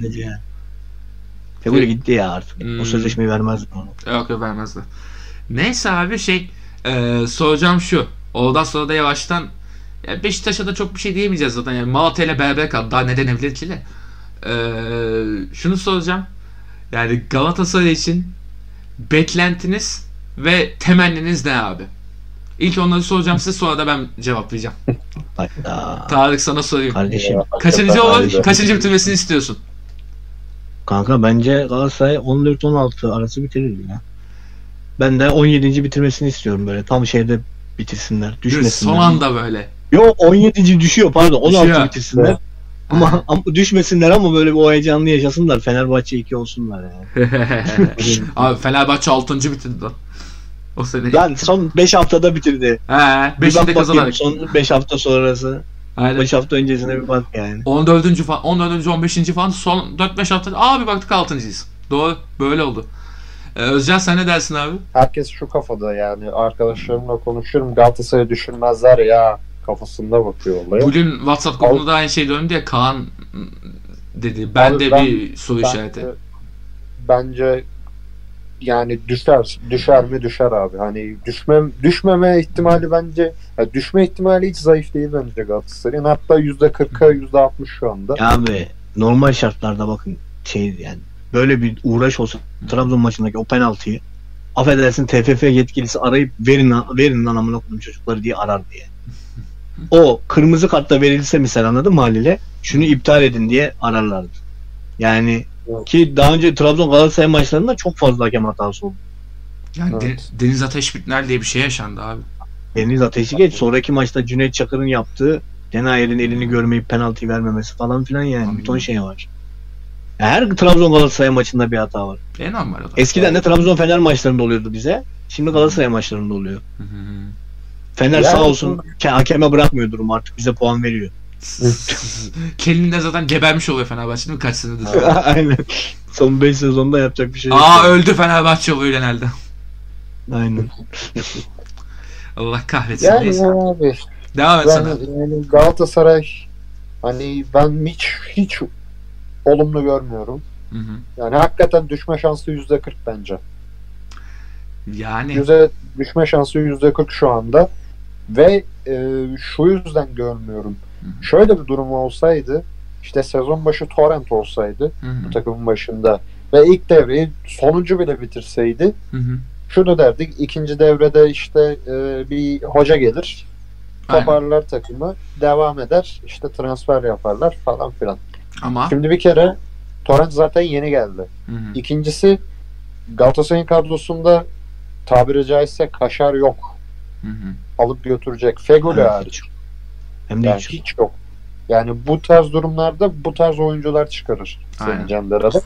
Feguli gitti ya artık. Hmm. O sözleşmeyi vermezdi onu. Yok yok vermezdi. Neyse abi şey e, soracağım şu. Oradan sonra da yavaştan ya Beşiktaş'a da çok bir şey diyemeyeceğiz zaten. Yani Malatya ile beraber kaldı. Daha ne denebilir ki de. E, şunu soracağım. Yani Galatasaray için beklentiniz ve temenniniz ne abi? İlk onları soracağım size, sonra da ben cevaplayacağım. Tarık sana sorayım. Kardeşim. Kaçıncı olur? Kaçıncı bitirmesini istiyorsun? Kanka bence Galatasaray on dört on altı arası bitirir ya. Ben de on yedinci bitirmesini istiyorum böyle. Tam şeyde bitirsinler. Düşmesinler. Son anda böyle. Yok on yedinci düşüyor pardon. on altı düşüyor. Bitirsinler. Evet. Ama, ama düşmesinler ama böyle bir o heyecanlı yaşasınlar. Fenerbahçe iki olsunlar yani. Abi Fenerbahçe altıncı bitirdi lan. O sene. Lan son beş haftada bitirdi. He, beşinde kazanarak. Son beş hafta sonrası. Aynen. beş hafta öncesine bir bak yani. on dördüncü falan, on dördüncü on beşinci falan son dört beş hafta abi baktık altıncıyız. Doğru, böyle oldu. Ee, Özcan sen ne dersin abi? Herkes şu kafada yani, arkadaşlarımla konuşuyorum, Galatasaray'ı düşürmezler ya kafasında bakıyor olaya. Bugün WhatsApp grubunda da aynı şey döndü ya, Kaan dedi. Ben abi de ben, bir soru ben işareti. De, bence yani düşer, düşer mi düşer abi. Hani düşme düşmeme ihtimali bence, yani düşme ihtimali hiç zayıf değil bence Galatasaray'ın. Hatta yüzde kırka yüzde altmış şu anda. Abi normal şartlarda bakın şey yani böyle bir uğraş olsa Trabzon maçındaki o penaltıyı affedersin T F F yetkilisi arayıp verin verin lan amına koyayım çocukları diye arar diye. O kırmızı kartla verilse misal, anladın mı haliyle? Şunu iptal edin diye ararlardı. Yani evet. Ki daha önce Trabzon Galatasaray maçlarında çok fazla hakem hatası oldu. Yani evet. de, Deniz Ateş Bitner diye bir şey yaşandı abi. Deniz Ateş'i geç. Sonraki maçta Cüneyt Çakır'ın yaptığı Denayer'in elini görmeyip penaltı vermemesi falan filan yani. Abi. Bir ton şey var. Her Trabzon Galatasaray maçında bir hata var. E normal o da. Eskiden de Trabzon Fener maçlarında oluyordu bize. Şimdi Galatasaray maçlarında oluyor. Fener Yani- sağ olsun ke- hakeme bırakmıyor durum, artık bize puan veriyor. Kendinde zaten gebermiş oluyor Fenerbahçe değil mi kaç senedir? Aynen. Son beş sezonda yapacak bir şey yok. Aa öldü Fenerbahçe oluyor genelde. Aynen. Allah kahretsin. Yani Neyse. abi Devam et ben sana. yani Galatasaray hani ben hiç hiç olumlu görmüyorum. Hı hı. Yani hakikaten düşme şansı yüzde kırk bence. Yani Yüze düşme şansı yüzde kırk şu anda. Ve e, şu yüzden görmüyorum. Hı. Şöyle bir durum olsaydı, işte sezon başı Torrent olsaydı Hı hı. bu takımın başında ve ilk devreyi sonuncu bile bitirseydi, Hı hı. şunu derdik: ikinci devrede işte e, bir hoca gelir, Aynen. toparlar takımı, devam eder, işte transfer yaparlar falan filan. Ama Şimdi bir kere Torrent zaten yeni geldi. hı hı. İkincisi, Galatasaray'ın kadrosunda tabiri caizse kaşar yok. Hı hı. Alıp götürecek. Fegoli Evet, hariç. Hem de Yani hiç. hiç yok. Yani bu tarz durumlarda bu tarz oyuncular çıkarır Aynen. senin Canbera'da.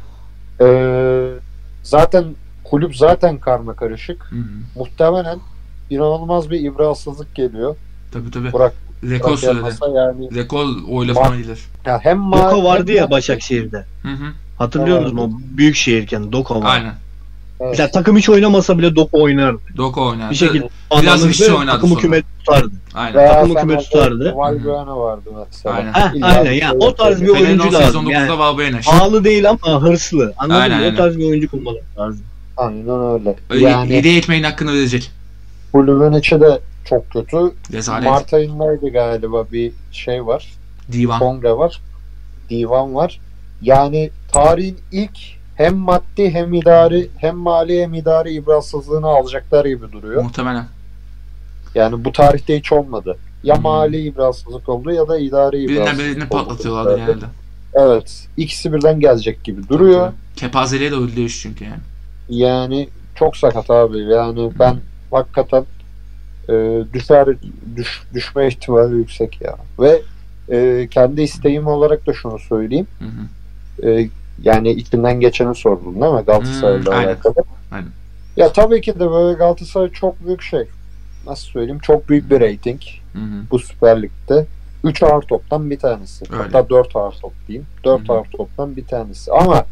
Ee, zaten kulüp zaten karma karışık. Hı hı. Muhtemelen inanılmaz bir ibrasızlık geliyor. Tabii tabii. Burak, Rekor Burak söyledi. gelmezse yani Rekor oyla Ma- falan gelir. ya hem Doko ma- vardı hem ya ma- Başakşehir'de. Hı hı. Hatırlıyor Evet. musun? O büyük şehirken Doko var. Aynen. Evet. Mesela takım hiç oynamasa bile Doko oynardı. Doko oynadı. Bir şekilde Biraz anlamızda işçi oynadı takımı sonra. küme tutardı. Aynen. Veya takımı küme Fener'de tutardı. Valbuena vardı mesela. Aynen. Heh, İlla aynen bir ya şey o tarz bir yapıyor. Fener'in oyuncu o sezon lazım. dokuzda Yani Valbuena. pahalı değil ama hırslı. Anladın Aynen, mı? aynen. O tarz bir oyuncu bulmaları lazım. Aynen öyle. Öyle Yani hediye etmeyin hakkını ödeyecek. kulübün içi de çok kötü. Rezalet. Mart ayındaydı galiba, bir şey var. Divan. Kongre var. Divan var. Yani tarihin ilk hem maddi hem idari hem mali hem idari ibrasızlığını alacaklar gibi duruyor. Muhtemelen. Yani bu tarihte hiç olmadı. Ya Hmm. mali ibrasızlık oldu ya da idari Birinden ibrasızlık birini oldu. patlatıyorlardı Evet. genelde. Evet. İkisi birden gelecek gibi duruyor. Kepazeliğe de öldü iş çünkü yani. Yani çok sakat abi. Yani ben hakikaten e, düşer düş, düşme ihtimali yüksek ya. Ve e, kendi isteğim olarak da şunu söyleyeyim. Hı hı. E, yani içinden geçeni sordun değil mi Galatasaray'la Hmm, aynen. alakalı? Aynen. Ya tabii ki de böyle Galatasaray çok büyük şey. Nasıl söyleyeyim? Çok büyük bir rating Hı hı. bu Süper Lig'de. üç ağır toptan bir tanesi. Öyle. Hatta dört ağır top diyeyim. dört Hı hı. ağır toptan bir tanesi. Ama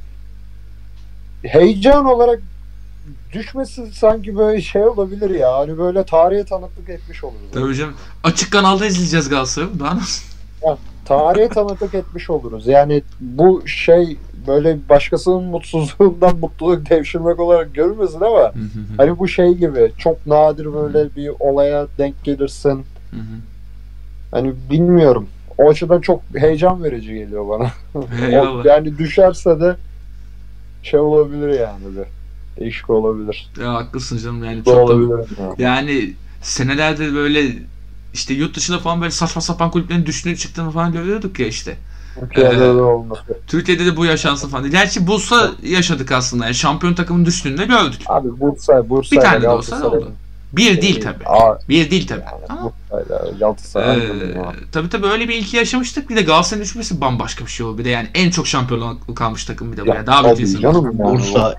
heyecan olarak düşmesi sanki böyle şey olabilir ya. Hani böyle tarihe tanıklık etmiş oluruz. Tabii canım. Açık kanalda izleyeceğiz Galatasaray'ı. Daha nasıl? Tarihe tanıklık etmiş oluruz. Yani bu şey böyle başkasının mutsuzluğundan mutluluk devşirmek olarak görülmesin ama Hı hı hı. hani bu şey gibi çok nadir böyle bir olaya denk gelirsin. Hı hı. Hani bilmiyorum. O açıdan çok heyecan verici geliyor bana. Eyvallah. O, yani düşerse de şey olabilir yani bir. Değişik olabilir. Ya haklısın canım yani Bu çok da olabilir. Yani. yani senelerde böyle işte yurt dışında falan böyle saçma sapan kulüplerin düştüğünü çıktığını falan görüyorduk ya işte. Türkiye'de Ee, öyle olması. Türkiye'de de bu yaşansın falan. Gerçi Bursa yaşadık aslında. Yani şampiyon takımın düştüğünü de gördük. Abi Bursa, Bursa Bir tane de olsa ne oldu? Bir değil tabii. Aa, Bir değil tabii. yani, Ama Bursa'yla Galatasaray. Ee, tabii tabii öyle bir ilki yaşamıştık. Bir de Galatasaray'ın düşmesi bambaşka bir şey oldu. Bir de yani en çok şampiyonluk kalmış takım bir de bu. Yani daha büyük tabii rezillik. canım yani. Bursa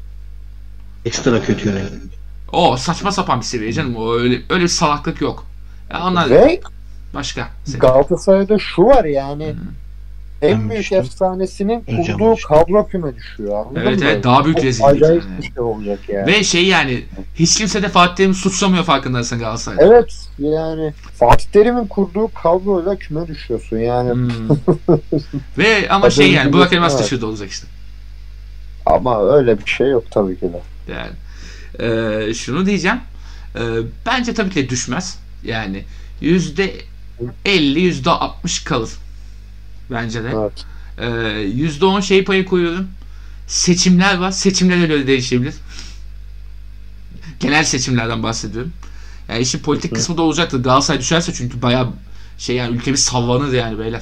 ekstra kötü yönetim. O saçma sapan bir seviye canım. O öyle öyle bir salaklık yok. Ya onlar Ve başka. seviye. Galatasaray'da şu var yani Hı hı. en Ben büyük düştüm. efsanesinin Hocam kurduğu düştüm. kadro küme düşüyor. Anladın Evet mı? evet daha büyük Çok rezillik. acayip Yani. bir şey olacak yani. Ve şey yani hiç kimse de Fatih Terim'i suçlamıyor farkındaysan Galatasaray'da. Evet yani Fatih Terim'in kurduğu kadroyla küme düşüyorsun yani. Hmm. Ve ama şey yani Burak Elmas Evet. dışarıda olacak işte. Ama öyle bir şey yok tabii ki de. Yani e, şunu diyeceğim. E, bence tabii ki de düşmez. Yani yüzde elli yüzde altmış kalır. Bence de. Evet. E, yüzde on şey payı koyuyorum. Seçimler var. Seçimler de öyle değişebilir. Genel seçimlerden bahsediyorum. Yani işin politik Hı. kısmı da olacaktır. Galatasaray düşerse çünkü bayağı şey yani ülkemiz sallanır yani beyler.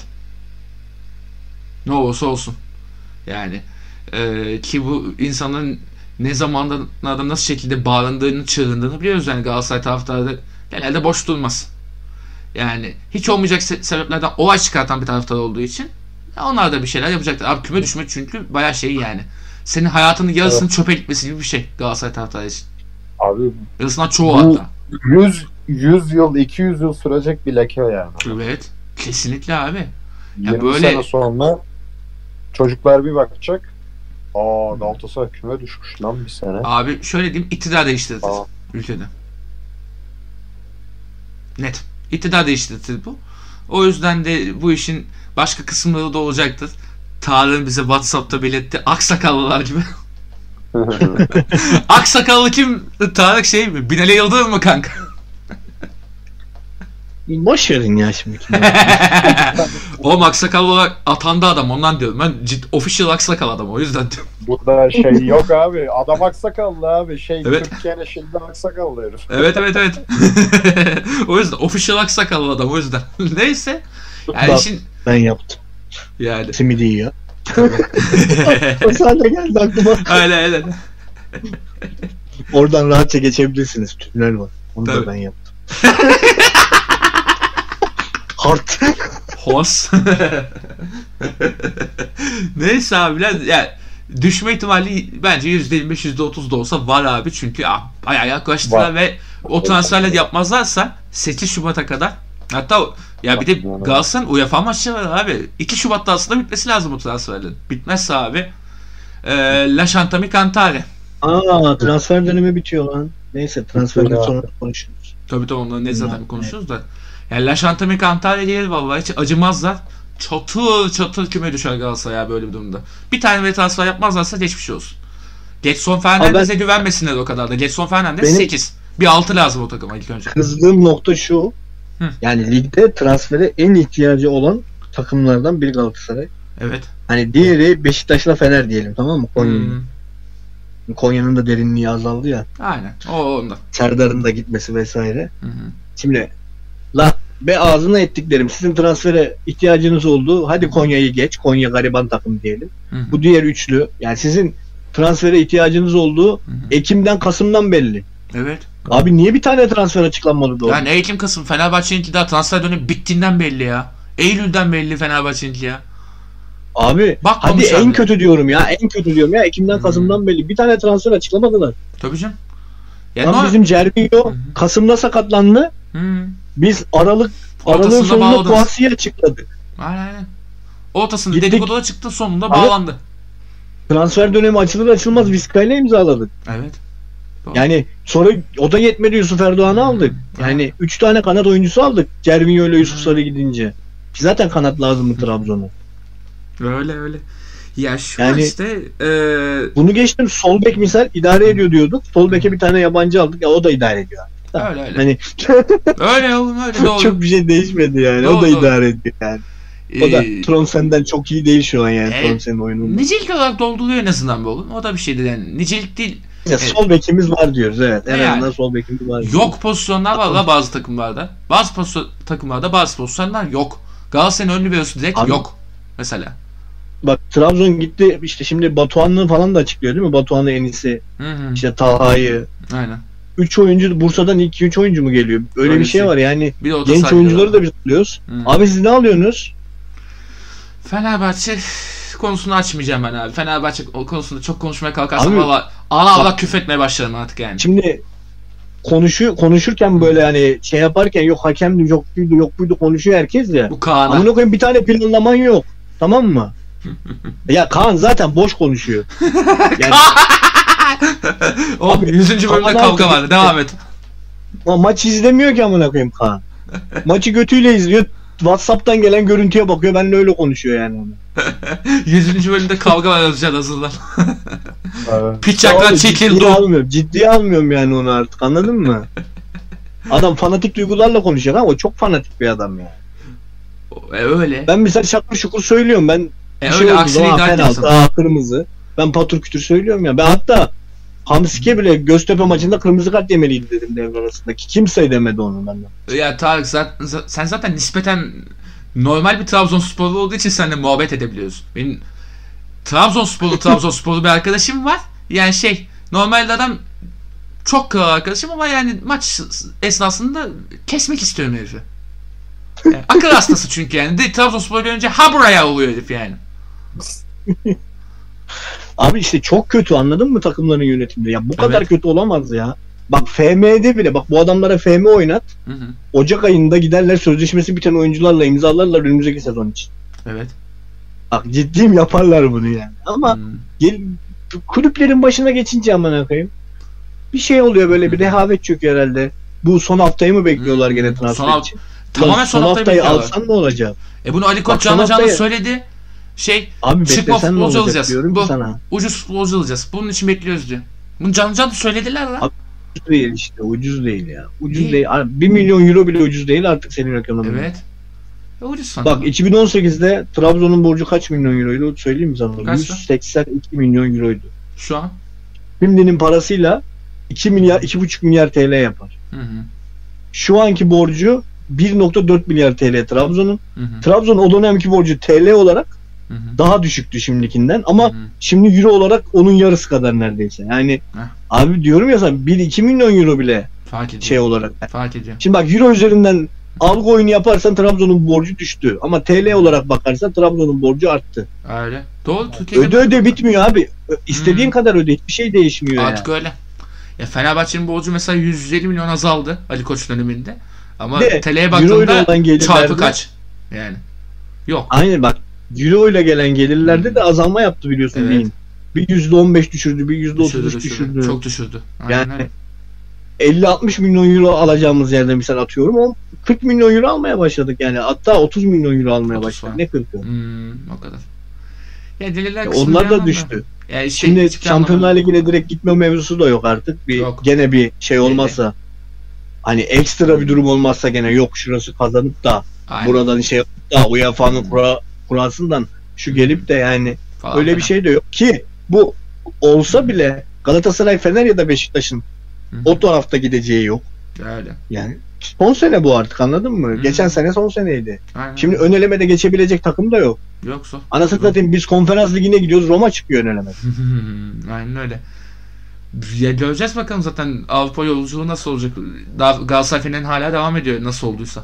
Ne olursa olsun. Yani e, ki bu insanların ne zamandan nasıl şekilde bağlandığını, çığırındığını biliyoruz yani Galatasaray taraftarı da genelde boş durmaz. Yani hiç olmayacak se- sebeplerden olay çıkartan bir taraftar olduğu için ya onlar da bir şeyler yapacaktır. Abi küme düşmek çünkü bayağı şey yani. Senin hayatının yarısının çöpe gitmesi gibi bir şey Galatasaray taraftarı için. Abi Yarısından çoğu Bu- hatta. yüz yüz yıl iki yüz yıl sürecek bir leke yani. Evet. Kesinlikle abi. Ya yirmi böyle sene sonra çocuklar bir bakacak. Aa, Galatasaray küme düşmüş lan bir sene. abi şöyle diyeyim, iktidar değiştirdi Aa. ülkede. Net. İktidar değiştirdi bu. O yüzden de bu işin başka kısımları da olacaktır. Tarık'ın bize WhatsApp'ta belirtti. Aksakallılar gibi. Aksakallı kim? Tarık şey mi? Binali Yıldırım mı kanka? Boş verin ya şimdi. O aksakallı olarak atandı adam, ondan diyorum. Ben cid, official aksakal adam, o yüzden diyorum. Burada şey yok abi. Adam aksakallı abi. Şey Evet. Türkiye'nin şimdi aksakallı herif. Evet evet evet. O yüzden official aksakallı adam, o yüzden. Neyse. Yani Bak, işin ben yaptım. yani. Simidi yiyor. O sahne geldi aklıma. Öyle öyle. Oradan rahatça geçebilirsiniz. Tünel var. Onu Tabii. da ben yaptım. Hard. Hos. Neyse abiler, yani düşme ihtimali bence yüzde yirmi beş yüzde otuz da olsa var abi, çünkü ya, bayağı yaklaştılar Var. ve o transferler yapmazlarsa sekiz Şubat'a kadar, hatta ya bir de Galatasaray'ın UEFA maçları var abi. iki Şubat'ta aslında bitmesi lazım o transferlerin. Bitmezse abi e, La Chantami Cantare. Aa, transfer dönemi bitiyor lan. Neyse, transferden sonra konuşuruz. Tabii tabii, onları ne zaten konuşuyoruz da. Yani La Chantami Cantare değil vallahi, hiç acımazlar. Çatır çatır küme düşer Galatasaray ya böyle bir durumda. Bir tane bir transfer yapmazlarsa geçmiş olsun. Getson Fernandez'e ben... güvenmesinler o kadar da. Getson Fernandez benim... sekiz. Bir altı lazım o takıma ilk önce. Kızdığım nokta şu. Hı. Yani ligde transfere en ihtiyacı olan takımlardan biri Galatasaray. Evet. Hani diğeri Beşiktaş'la Fener diyelim, tamam mı? Konya'nın. Hmm. Konya'nın da derinliği azaldı ya. Aynen. O onda. Serdar'ın da gitmesi vesaire. Hı hı. Şimdi la be ağzına ettiklerim, sizin transfere ihtiyacınız oldu. Hadi Konya'yı geç. Konya gariban takım diyelim. Hı hı. Bu diğer üçlü. Yani sizin transfere ihtiyacınız olduğu hı hı. Ekim'den Kasım'dan belli. Evet. Abi niye bir tane transfer açıklanmadı doğru? Yani Ekim Kasım, Fenerbahçe'ninki daha transfer dönemi bittiğinden belli ya. Eylül'den belli Fenerbahçe'ninki ya. Abi bakmamış hadi abi. En kötü diyorum ya. En kötü diyorum ya. Ekim'den hmm. Kasım'dan belli. Bir tane transfer açıklamadılar. Tabii canım. Yani Lan o... bizim Cervinho Kasım'da sakatlandı. Hmm. Biz Aralık Aralığın sonunda Kuasi'yi açıkladık. Aynen. Ortasında dedikodu da çıktı, sonunda Abi, bağlandı. Transfer dönemi açılır açılmaz Vizca'yla imzaladık. Evet. Doğru. Yani sonra o da yetmedi, Yusuf Erdoğan'ı aldık. Yani üç tane kanat oyuncusu aldık. Cervinho ile Yusuf Sarı gidince. Zaten kanat lazım mı Trabzon'a? Öyle öyle. Ya şu yani, işte e... bunu geçtim, sol bek misal idare ediyor diyorduk. Sol beke bir tane yabancı aldık. Ya o da idare ediyor. Öyle öyle. Hani öyle oğlum öyle doğru. Çok bir şey değişmedi yani. Doğru, o da doğru. idare ediyor yani. O da ee, Tronsen'den çok iyi değil şu an yani e, Tronsen'in oyununda. Nicelik olarak dolduruyor en azından bu oğlum. O da bir şeydi yani. Nicelik değil. Ya, sol bekimiz var diyoruz, evet. En yani, azından sol bekimiz var. Yok pozisyonlar var la bazı takımlarda. Bazı pozisyon, takımlarda bazı pozisyonlar yok. Galatasaray'ın önlü veriyorsun direkt Abi, yok. Mesela. Bak Trabzon gitti işte, şimdi Batuhan'ı falan da açıklıyor değil mi? Batuhan'ı, Enis'i, işte Talha'yı. Aynen. üç oyuncu, Bursa'dan iki üç oyuncu mu geliyor? Öyle Öyle bir şey var yani. Genç oyuncuları da biz alıyoruz. Hı. Abi siz ne alıyorsunuz? Fenerbahçe konusunu açmayacağım ben abi. Fenerbahçe konusunda çok konuşmaya kalkarsam valla Allah Allah küfretmeye başlarım artık yani. Şimdi konuşu konuşurken böyle hani şey yaparken yok hakemdi, yok buydu, yok buydu konuşuyor herkes ya. Bu Kaan'a. Amına koyayım, bir tane planlaman yok. Tamam mı? Ya Kaan zaten boş konuşuyor. Yani o yüzüncü bölümde kavga vardı. Devam et. Ma maç izlemiyor ki amına koyayım Kaan. Maçı götüyle izliyor. WhatsApp'tan gelen görüntüye bakıyor. Benimle öyle konuşuyor yani. yüzüncü bölümde kavga var yazacağız hazırlan. Evet. Piçaklar çekildi. Ciddiye almıyorum. Ciddiye almıyorum yani onu artık. Anladın mı? Adam fanatik duygularla konuşuyor ama o çok fanatik bir adam ya. E, öyle. Ben mesela şakır şukur söylüyorum. Ben e, öyle şey aksini iddia ediyorsun. Aa, kırmızı. Ben patır kütür söylüyorum ya. Ben hatta Hamsike bile Göztepe maçında kırmızı kart yemeliydi dedim devre arasındaki. Kimse demedi onu benden. Ya Tarık zaten, sen zaten nispeten normal bir Trabzonsporlu olduğu için seninle muhabbet edebiliyorsun. Benim Trabzonsporlu Trabzonsporlu bir arkadaşım var. Yani şey, normalde adam çok kral arkadaşım ama yani maç esnasında kesmek istiyorum herifi. Yani akıl hastası çünkü yani. De, Trabzonspor görünce ha buraya oluyor herif yani. Abi işte çok kötü, anladın mı takımların yönetiminde? Ya bu evet. kadar kötü olamaz ya. bak F M'de bile bak bu adamlara F M oynat. Hı hı. Ocak ayında giderler sözleşmesi biten oyuncularla imzalarlar önümüzdeki sezon için. Evet. Bak ciddiyim yaparlar bunu yani. Ama Hmm. gel, kulüplerin başına geçince amına koyayım. Bir şey oluyor böyle bir rehavet çöküyor herhalde. Bu son haftayı mı bekliyorlar Hmm. gene transfer Son için? Tamamen Lan son, son haftayı, haftayı bekliyorlar. alsan ne olacak? E bunu Ali Koç Bak, son canlı canlı haftayı- söyledi. Şey Abi çıkma beklesen ne futbolcu olacak alacağız. diyorum Bu ki sana. ucuz futbolcu alacağız. Bunun için bekliyoruz diyor. Bunu canlı canlı söylediler lan. Abi, Ucuz değil işte ucuz değil ya. Ucuz Değil. değil. Abi, bir milyon euro bile ucuz değil artık senin ekonominde. Evet. E, ucuz sana. Bak iki bin on sekizde Trabzon'un borcu kaç milyon euroydu söyleyeyim mi sana? Kaç yüz seksen iki milyon euroydu. Şu an. Şimdinin parasıyla iki milyar iki buçuk milyar T L yapar. Hı hı. Şu anki borcu bir nokta dört milyar T L Trabzon'un. Hı hı. Trabzon o dönemki borcu T L olarak Hı hı. daha düşüktü şimdikinden ama Hı hı. şimdi euro olarak onun yarısı kadar neredeyse. Yani Heh. abi diyorum ya sana bir iki milyon euro bile Fark ediyor. şey olarak. Fark ediyor. Şimdi bak euro üzerinden algı oyunu yaparsan Trabzon'un borcu düştü. Ama T L olarak bakarsan Trabzon'un borcu arttı. Öyle. Doğru. Türkiye'de Öde öde bitmiyor abi. İstediğin Hmm. kadar öde. Hiçbir şey değişmiyor artık yani. öyle. Ya Fenerbahçe'nin borcu mesela yüz elli milyon azaldı Ali Koç döneminde. Ama Bir de T L'ye euro ile baktığında olan gelirlerde- çarpı kaç? Yani. Yok. Aynen bak. Euro ile gelen gelirlerde de azalma yaptı biliyorsun Evet. deyin. Bir yüzde on beş düşürdü, bir yüzde otuz Düşürdü, üç düşürdü. düşürdü. Çok düşürdü. Aynen Yani öyle. elli altmış milyon euro alacağımız yerden misal atıyorum. O kırk milyon euro almaya başladık yani. Hatta otuz milyon euro almaya otuz başladık. falan. Ne kırkı? Hmm, o kadar. Ya deliller Ya kısmı onlar bir da yandan düştü. Yani şey, Şimdi hiçbir Şampiyonlar anlamda- Ligi'ne direkt gitme mevzusu da yok artık. Bir Yok. gene bir şey olmazsa hani ekstra bir durum olmazsa gene yok şurası kazanıp da Aynen. buradan şey yapıp da U E F A'nın kura, kurasından şu gelip de yani Falan öyle bir filan. şey de yok ki bu olsa bile Galatasaray, Fener ya da Beşiktaş'ın Hı hı. o tarafta gideceği yok. Öyle. Yani son sene bu artık anladın mı? Hı. Geçen sene son seneydi. Aynen. Şimdi ön elemede geçebilecek takım da yok. Yoksa. Anasını satayım biz konferans ligine gidiyoruz Roma çıkıyor ön elemede. Aynen öyle. Ya göreceğiz bakalım zaten Avrupa yolculuğu nasıl olacak. Daha Galatasaray Fener'in hala devam ediyor nasıl olduysa.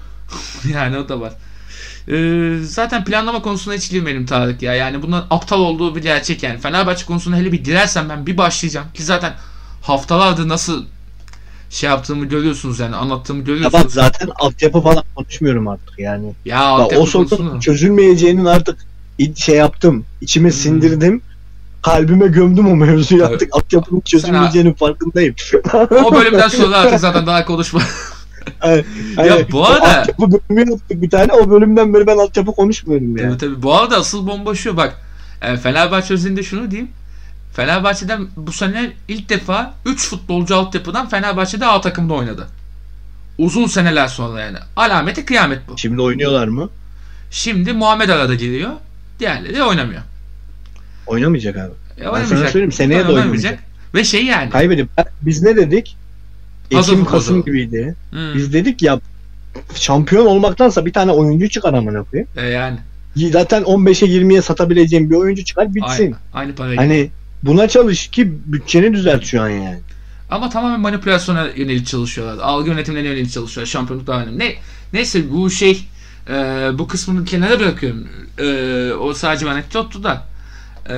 Yani o da var. Ee, zaten planlama konusunda hiç girmeyelim Tarık ya. Yani bunların aptal olduğu bir gerçek yani. Fenerbahçe konusunda hele bir dilersen ben bir başlayacağım. Ki zaten haftalardır nasıl şey yaptığımı görüyorsunuz yani anlattığımı Ya görüyorsunuz. bak zaten altyapı falan konuşmuyorum artık yani. Ya Ya altyapı o sorunun konusunu- çözülmeyeceğinin artık i- şey yaptım. İçime Hmm. sindirdim. Kalbime gömdüm o mevzuyu Evet. artık. Altyapının çözülmeyeceğinin farkındayım. o bölümden sonra artık zaten daha konuşma. Yani, Ya bu arada- altyapı bölümü yaptık bir tane. O bölümden beri ben altyapı konuşmuyorum ya. Tabii tabii. Bu arada asıl bomba şu bak. e, Fenerbahçe özelinde şunu diyeyim. Fenerbahçe'den bu sene ilk defa üç futbolcu altyapıdan Fenerbahçe'de A takımda oynadı. Uzun seneler sonra yani. Alameti kıyamet bu. Şimdi oynuyorlar mı? Şimdi Muhammed arada giriyor. Diğerleri oynamıyor. Oynamayacak abi. E, Ben sana söyleyeyim seneye de oynamayacak. Ve şey yani. Kaybedip biz ne dedik? Hazır Ekim futbolcu. Kasım gibiydi. Hmm. Biz dedik ya şampiyon olmaktansa bir tane oyuncu çıkar amına koyayım. E, yani. Zaten on beşe yirmiye satabileceğim bir oyuncu çıkar bitsin. Aynı, aynı parayı. Hani buna çalış ki bütçeni düzelt şu an yani. Ama tamamen manipülasyona yönelik çalışıyorlar. Algı yönetimlerine yönelik çalışıyorlar. Şampiyonluk daha önemli. Ne, neyse bu şey e, bu kısmını kenara bırakıyorum. E, o sadece bir anekdottu da. E,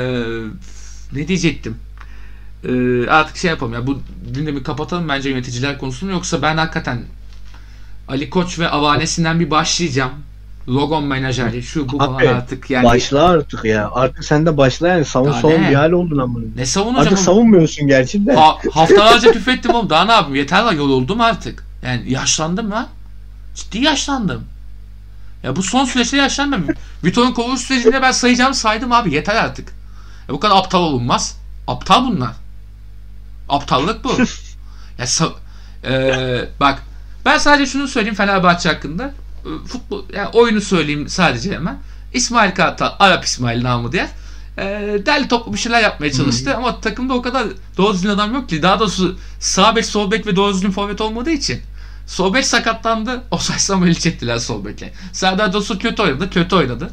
ne diyecektim? E, artık şey yapalım ya. Bu gündemi kapatalım bence yöneticiler konusunu. Yoksa ben hakikaten Ali Koç ve avanesinden bir başlayacağım. Logon menajeri şu bu falan Abi, artık yani. Başla artık ya. Artık sen de başla yani. Savun Daha savun ne? bir hal oldun ama. Ne savunacağım? Artık oğlum? savunmuyorsun gerçi de. Ha, haftalarca küfrettim oğlum. Daha ne yapayım? Yeter lan yoruldum artık. Yani yaşlandım lan. Ciddi yaşlandım. Ya bu son süreçte yaşlandım. Vitor'un kovuluş sürecinde ben sayacağımı saydım abi. Yeter artık. Ya bu kadar aptal olunmaz. Aptal bunlar. Aptallık bu. ya sa- Ee, bak ben sadece şunu söyleyeyim Fenerbahçe hakkında. Ee, Futbol, yani oyunu söyleyeyim sadece hemen. İsmail Kartal, Arap İsmail namı diye. E, derli toplu bir şeyler yapmaya çalıştı ama takımda o kadar doğru düzgün adam yok ki. Daha doğrusu sağ bek, sol bek ve doğru düzgün forvet olmadığı için. Sol bek sakatlandı. Osay Samuel'i çektiler sol bekle. Serdar Dursun kötü oynadı. Kötü oynadı.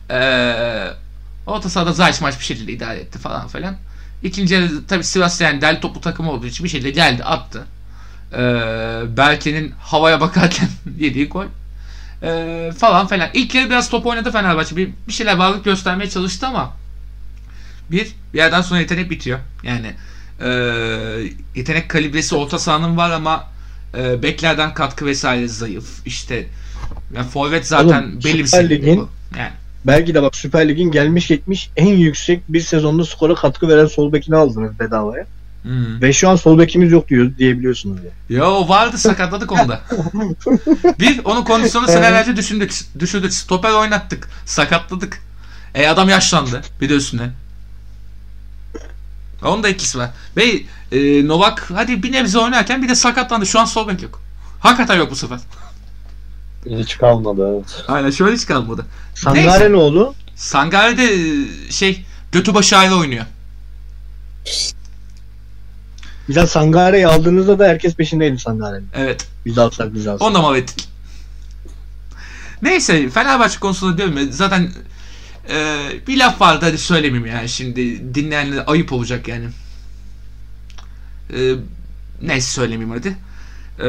Ee, orta sahada Zayç maç bir şekilde idare etti falan filan. İkinci yarı tabii Sivas yani derli toplu takım olduğu için bir şekilde geldi attı. Ee, Berke'nin havaya bakarken yediği gol. Ee, falan falan. İlk yarı biraz top oynadı Fenerbahçe. Bir, bir şeyler varlık göstermeye çalıştı ama bir, bir yerden sonra yetenek bitiyor. Yani e, yetenek kalibresi orta sahanın var ama e, beklerden katkı vesaire zayıf. İşte yani forvet zaten Oğlum, belli bir Süper seviyede Lig'in- bu. Yani Belki de bak Süper Lig'in gelmiş geçmiş en yüksek bir sezonda skora katkı veren sol bekini aldınız bedavaya. hmm. Ve şu an sol bekimiz yok diyor diyebiliyorsunuz ya. Yo vardı, sakatladık onu da. Bir onun kondisyonu senelerce düşündük, düşürdük. Stoper oynattık, sakatladık. E adam yaşlandı bir de üstüne. Onun da etkisi var. Ve e, Novak hadi bir nebze oynarken bir de sakatlandı. Şu an sol bek yok. Hakikaten yok bu sefer. Hiç kalmadı evet. Aynen, şöyle hiç kalmadı. Sangare ne oldu? Sangare de e, şey götü başı ayrı oynuyor. Güzel, Sangare'yi aldığınızda da herkes peşindeydi Sangare'nin. Evet. Biz alsak biz alsak. Onu da mal ettik. Neyse, Fenerbahçe konusunda diyorum ya, zaten e, bir laf vardı, hadi söylemeyeyim yani şimdi dinleyenlere ayıp olacak yani. E, neyse söylemeyeyim hadi. E,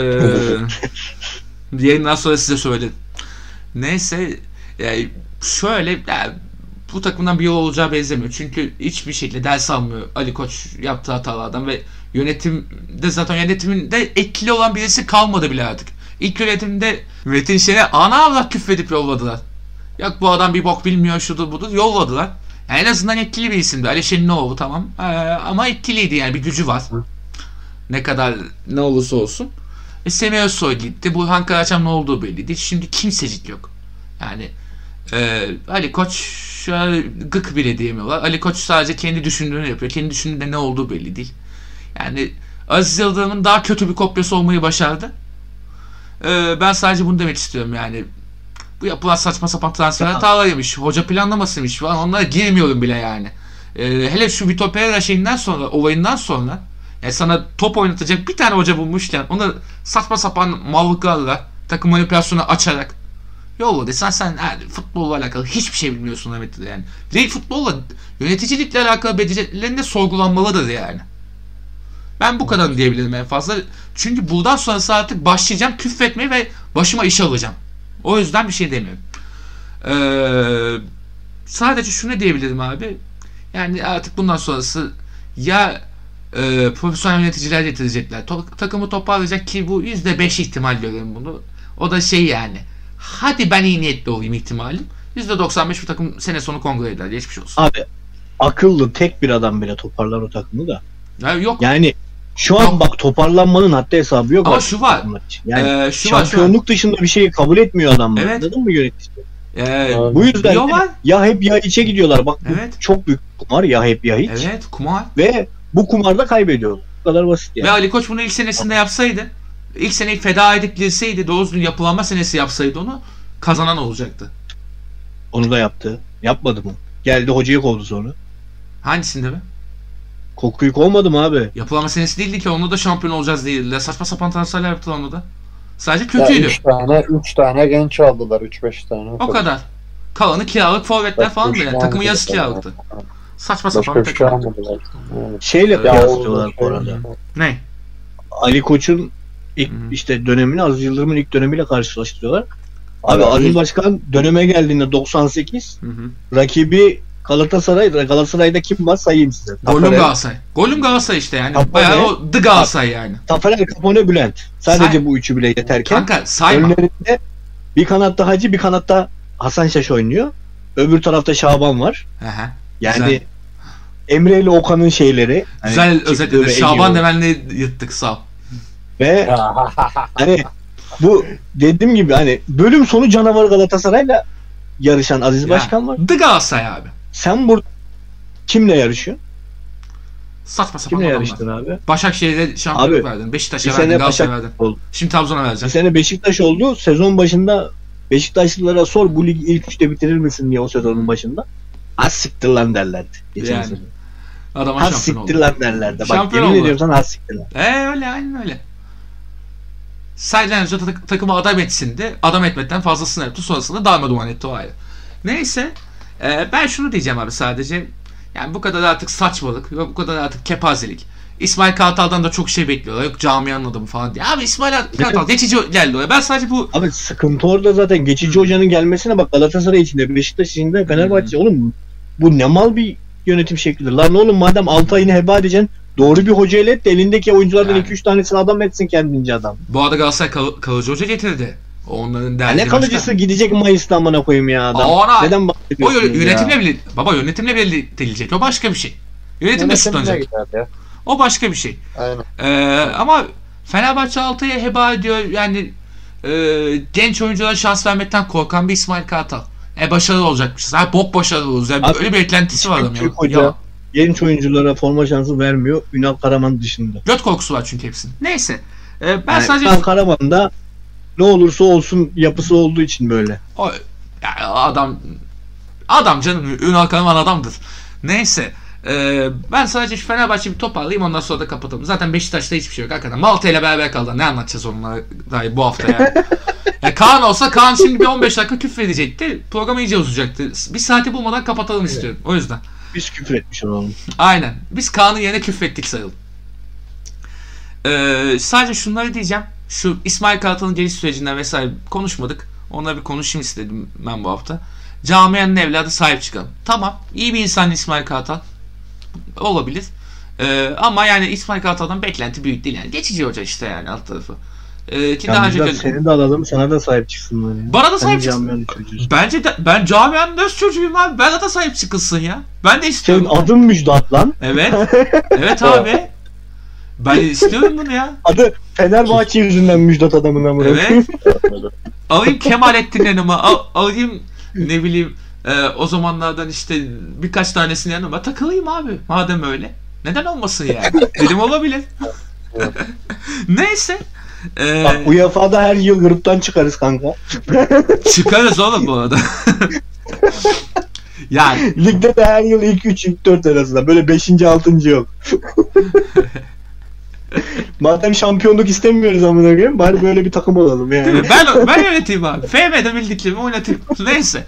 yayından sonra size söyledim. Neyse yani şöyle yani, bu takımdan bir yol olacağı benzemiyor. Çünkü hiçbir şekilde ders almıyor Ali Koç yaptığı hatalardan ve yönetimde zaten yönetiminde etkili olan birisi kalmadı bile artık. İlk yönetimde Metin Şen'e ana avrat küfredip yolladılar. Yok bu adam bir bok bilmiyor, şudur budur, yolladılar. Yani en azından etkili bir isimdi. Ali Şeninoğlu tamam ee, ama etkiliydi yani, bir gücü var. Ne kadar ne olursa olsun. E, Semih Özsoy gitti. Burhan Karaçam ne olduğu belliydi. Şimdi kimsecik yok. Yani e, Ali Koç şöyle gık bile diyemiyorlar. Ali Koç sadece kendi düşündüğünü yapıyor. Kendi düşündüğünde ne olduğu belli değil. Yani Aziz Yıldırım'ın daha kötü bir kopyası olmayı başardı. E, ben sadece bunu demek istiyorum yani. Bu yapılan saçma sapan transfer hatalarıymış. Hoca planlamasıymış falan. Onlara girmiyorum bile yani. E, hele şu Vitor Pereira şeyinden sonra, olayından sonra yani sana top oynatacak bir tane hoca bulmuşken onu saçma sapan mallıklarla, takım manipülasyonu açarak yolla desen sen yani futbolla alakalı hiçbir şey bilmiyorsun demektir yani. Değil, futbolla yöneticilikle alakalı becerilerin de sorgulanmalıdır yani. Ben bu kadar diyebilirim en fazla. Çünkü buradan sonrası artık başlayacağım küfretmeye ve başıma iş alacağım. O yüzden bir şey demiyorum. Ee, sadece şunu diyebilirim abi. Yani artık bundan sonrası ya e, profesyonel yöneticiler getirecekler. To- takımı toparlayacak ki bu yüzde beş ihtimal görüyorum bunu. O da şey yani. Hadi ben iyi niyetli olayım ihtimalim. yüzde doksan beş bu takım sene sonu kongre eder. Geçmiş olsun. Abi akıllı tek bir adam bile toparlar o takımı da. Ya yok. Yani şu an Yok. bak toparlanmanın haddi hesabı yok. Ama artık şu var. takımlar için. Yani Ee, şu var, şu şampiyonluk var. dışında bir şeyi kabul etmiyor adamlar. Evet. Anladın mı yönetici? Ee, Bu yüzden Yo var. ya hep ya içe gidiyorlar. Bak bu Evet. çok büyük kumar, ya hep ya hiç. Evet, kumar. Ve bu kumarda kaybediyorlar. Bu kadar basit yani. Ve Ali Koç bunu ilk senesinde yapsaydı, ilk seneyi feda edip girseydi, doğru düzgün yapılanma senesi yapsaydı onu, kazanan olacaktı. Onu da yaptı. Yapmadı mı? Geldi hocayı kovdu sonra. Hangisinde be? Kokuyu kovmadı mı abi? Yapılanma senesi değildi ki, onda da şampiyon olacağız değildi. Saçma sapan transferler yaptılar onda da. Sadece Ya kötüydü. üç tane, üç tane genç aldılar. üç beş tane. O kadar. Kalanı kiralık forvetler Başka falan bir da şey yani. Takımın yarısı almadılar. kiralıktı. Saçma sapan Başka bir bir şey takım. almadılar. Evet. Şeyle Ya kıyaslıyorlar bu arada. Ne? Ali Koç'un ilk Hı hı. işte dönemini Aziz Yıldırım'ın ilk dönemiyle karşılaştırıyorlar. Abi Evet. Aziz Başkan döneme geldiğinde doksan sekiz Hı hı. rakibi Galatasaray. Galatasaray'da kim var sayayım size. Golüm Taferel, Galatasaray. Golüm Galatasaray işte yani. Capone. Bayağı o The Galatasaray yani. Taferel, Capone, Bülent. Sadece Say- bu üçü bile yeterken Kanka sayma. önlerinde bir kanatta Hacı, bir kanatta Hasan Şaş oynuyor. Öbür tarafta Şaban var. Hı hı. Yani Güzel. Emre ile Okan'ın şeyleri. hani Güzel çıktığı özetledin. ve Şaban Ege'nin. demenle yırttık, sağ ol. Ve hani bu dediğim gibi hani bölüm sonu canavar Galatasaray'la yarışan Aziz Ya. Başkan var. The Galatasaray abi. Sen burada kimle yarışıyorsun? Saçma sapan Kimle adamlar. yarıştın abi? Başakşehir'e şampiyonluk Abi, verdin. Bir Beşiktaş'a sene verdin. Galatasaray'a Başak verdin. oldu. Şimdi Trabzon'a Bir vereceksin. sene Beşiktaş oldu. Sezon başında Beşiktaşlılara sor bu ligi ilk üçte bitirir misin diye o sezonun başında. Az siktir lan derlerdi. Geçen Yani, sezon. Adama Az şampiyon siktir oldu. lan derlerdi. Bak Şampiyon yemin oldu. ediyorum sana az siktir lan. Eee öyle, aynen öyle. Sadece önce tak- takımı adam etsin de adam etmekten fazlasını yaptı. Sonrasında darma duman etti, o ayrı. Neyse. e, ben şunu diyeceğim abi sadece. Yani bu kadar artık saçmalık ve bu kadar artık kepazelik. İsmail Kartal'dan da çok şey bekliyorlar. Yok camianın adamı falan diye. Abi İsmail Kartal geçici geldi oraya. Ben sadece bu Abi sıkıntı orada zaten geçici hocanın gelmesine bak, Galatasaray içinde, Beşiktaş içinde, Fenerbahçe. Oğlum bu ne mal bir yönetim şeklidir. Lan oğlum madem altı ayını heba edeceksin Doğru bir hoca ile et de elindeki oyunculardan iki üç yani. tanesini adam etsin kendince adam. Bu arada Galatasaray kal- kalıcı hoca getirdi. Onların derdi. Ne kalıcısı başka. Gidecek Mayıs'ta amına koyayım ya adam. Ona, Neden bahsediyorsun? O yönetimle bile baba yönetimle belirtilecek. O başka bir şey. Yönetimle suçlanacak. O başka bir şey. Aynen. Ee, ama Fenerbahçe altıya heba ediyor. Yani e, genç oyunculara şans vermekten korkan bir İsmail Kartal. E başarılı olacakmışız. Ha bok başarılı olacak. Yani böyle bir beklentisi var adam ya. Hoca, ya. Genç oyunculara forma şansı vermiyor. Ünal Karaman dışında. Göt korkusu var çünkü hepsinin. Neyse. Ee, ben yani sadece Ünal Karaman da ne olursa olsun yapısı olduğu için böyle. O yani adam adam canım Ünal Karaman adamdır. Neyse. Ee, ben sadece şu Fenerbahçe bir toparlayayım ondan sonra da kapatalım. Zaten Beşiktaş'ta hiçbir şey yok hakikaten. Malta ile beraber kaldı. Ne anlatacağız onunla dair bu hafta yani. yani Kaan olsa Kaan şimdi bir on beş dakika küfredecekti. Program iyice uzayacaktı. Bir saati bulmadan kapatalım evet. istiyorum. O yüzden. Biz küfür etmiş olalım. Aynen. Biz Kaan'ın yerine küfrettik sayalım. Ee, sadece şunları diyeceğim. Şu İsmail Kartal'ın geliş sürecinden vesaire konuşmadık. Onlara bir konuşayım istedim ben bu hafta. Camianın evladı sahip çıkalım. Tamam. İyi bir insan İsmail Kartal. Olabilir. Ee, ama yani İsmail Kartal'dan beklenti büyük değil yani. Geçici hoca işte yani alt tarafı. Ee, ki yani daha önce seni de alalım sana da sahip çıksınlar yani. Bana da sahip çıksın. Bence de, ben camianın öz çocuğuyum abi. Bana da sahip çıkılsın ya. Ben de istiyorum. Senin adın Müjdat lan. Evet. Evet abi. Ben istiyorum bunu ya. Adı Fenerbahçe yüzünden Müjdat adamına mı? Evet. Alayım Kemalettin yanıma. Al, alayım ne bileyim e, o zamanlardan işte birkaç tanesini yanıma takılayım abi. Madem öyle. Neden olmasın yani? Dedim olabilir. Neyse. Ee, Bak U E F A'da her yıl gruptan çıkarız kanka. Çıkarız oğlum bu arada. Yani ligde de her yıl ilk üç ilk dört arasında. Böyle beşinci altıncı yok. Madem şampiyonluk istemiyoruz amına koyayım bari böyle bir takım olalım yani. Ben ben yöneteyim abi. F M'de bildiklerimi oynatayım. Neyse.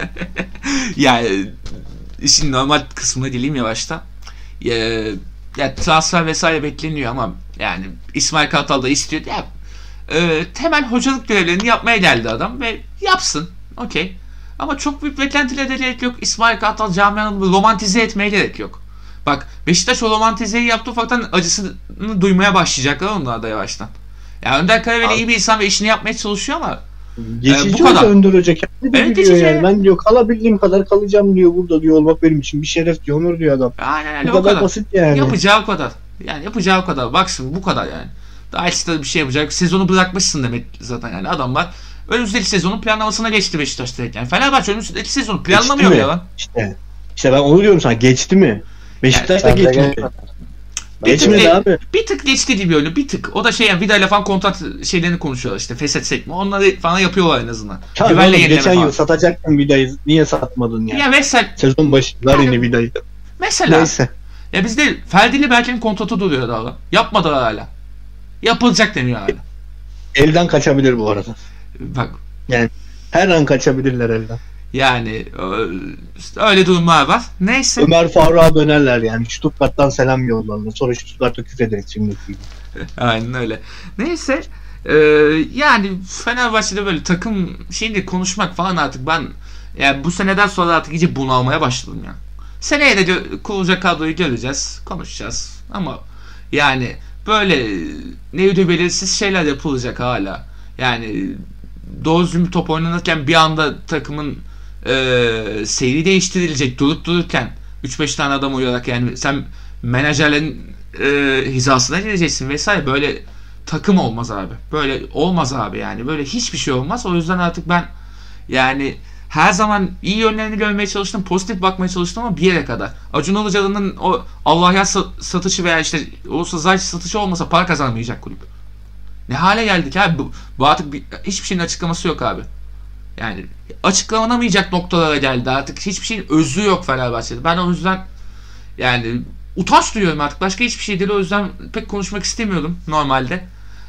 Yani işin normal kısmına geleyim yavaştan. Ee, ya transfer vesaire bekleniyor ama yani İsmail Kartal da istiyor. Ya e, temel hocalık görevlerini yapmaya geldi adam ve yapsın. Okey. Ama çok büyük beklentiler de gerek yok. İsmail Kartal camianı romantize etmeye gerek yok. Bak Beşiktaş o romantizeyi yaptı ufaktan acısını duymaya başlayacaklar onlar da yavaştan. Yani Önder Karaveli iyi bir insan ve işini yapmaya çalışıyor ama geçici e, bu kadar. Önder Hoca kendi de evet, diyor yani. Ben diyor kalabildiğim kadar kalacağım diyor burada diyor olmak benim için bir şeref diyor onur diyor adam. Aynen öyle, bu kadar, kadar basit yani. Yapacağı o kadar. Yani yapacağı o kadar. Baksın bu kadar yani. Daha ekstra bir şey yapacak. Sezonu bırakmışsın demek zaten yani adamlar. Önümüzdeki sezonun planlamasına geçti Beşiktaş'ta yani. Fenerbahçe önümüzdeki sezonu planlamıyor ya lan. İşte. İşte ben onu diyorum sana geçti mi? Beşiktaş'ta yani, geçti. Geçmedi bir, abi. Bir tık geçti gibi öyle bir tık. O da şey yani Vida'yla falan kontrat şeylerini konuşuyorlar işte feshetsek mi? Onları falan yapıyorlar en azından. Güvenle geçen falan. Yıl satacaktın Vida'yı. Niye satmadın yani? Ya mesela sezon başında yani, yine Vida'yı. Mesela. Neyse. Ya bizde Ferdi'li Berke'nin kontratı duruyor daha. Yapmadılar hala. Yapılacak deniyor hala. Elden kaçabilir bu arada. Bak. Yani her an kaçabilirler elden. Yani öyle durumlar var. Neyse. Ömer Faruk'a dönerler yani. Stuttgart'tan selam yollarlar. Sonra Stuttgart'ta küfrederek şimdi. Aynen öyle. Neyse. Ee, yani Fenerbahçe'de böyle takım şeyinde konuşmak falan artık ben yani bu seneden sonra artık iyice bunalmaya başladım ya. Seneye de kurulacak kadroyu göreceğiz. Konuşacağız. Ama yani böyle ne belirsiz şeyler yapılacak hala. Yani doğru düzgün bir top oynanırken bir anda takımın e, seyri değiştirilecek durup dururken üç beş tane adam uyarak yani sen menajerlerin e, hizasına geleceksin vesaire böyle takım olmaz abi. Böyle olmaz abi yani. Böyle hiçbir şey olmaz. O yüzden artık ben yani her zaman iyi yönlerini görmeye çalıştım. Pozitif bakmaya çalıştım ama bir yere kadar. Acun Ilıcalı'nın o Allah'a satışı veya işte Ulusal Zayt satışı olmasa para kazanmayacak kulüp. Ne hale geldik abi? Bu, bu artık bir, hiçbir şeyin açıklaması yok abi. Yani açıklanamayacak noktalara geldi. Artık hiçbir şeyin özü yok Fenerbahçe'de. Ben o yüzden yani utanç duyuyorum artık. Başka hiçbir şey değil. O yüzden pek konuşmak istemiyordum normalde.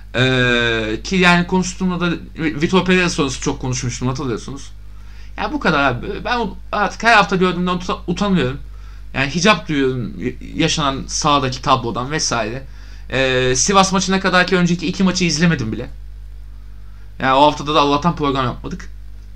Ee, ki yani konuştuğumda da Vitor Pereira sonrası çok konuşmuştum hatırlıyorsunuz. Yani bu kadar abi. Ben artık her hafta gördüğümden utanıyorum. Yani hicap duyuyorum yaşanan sahadaki tablodan vesaire. Ee, Sivas maçına kadarki önceki iki maçı izlemedim bile. Yani o haftada da Allah'tan program yapmadık.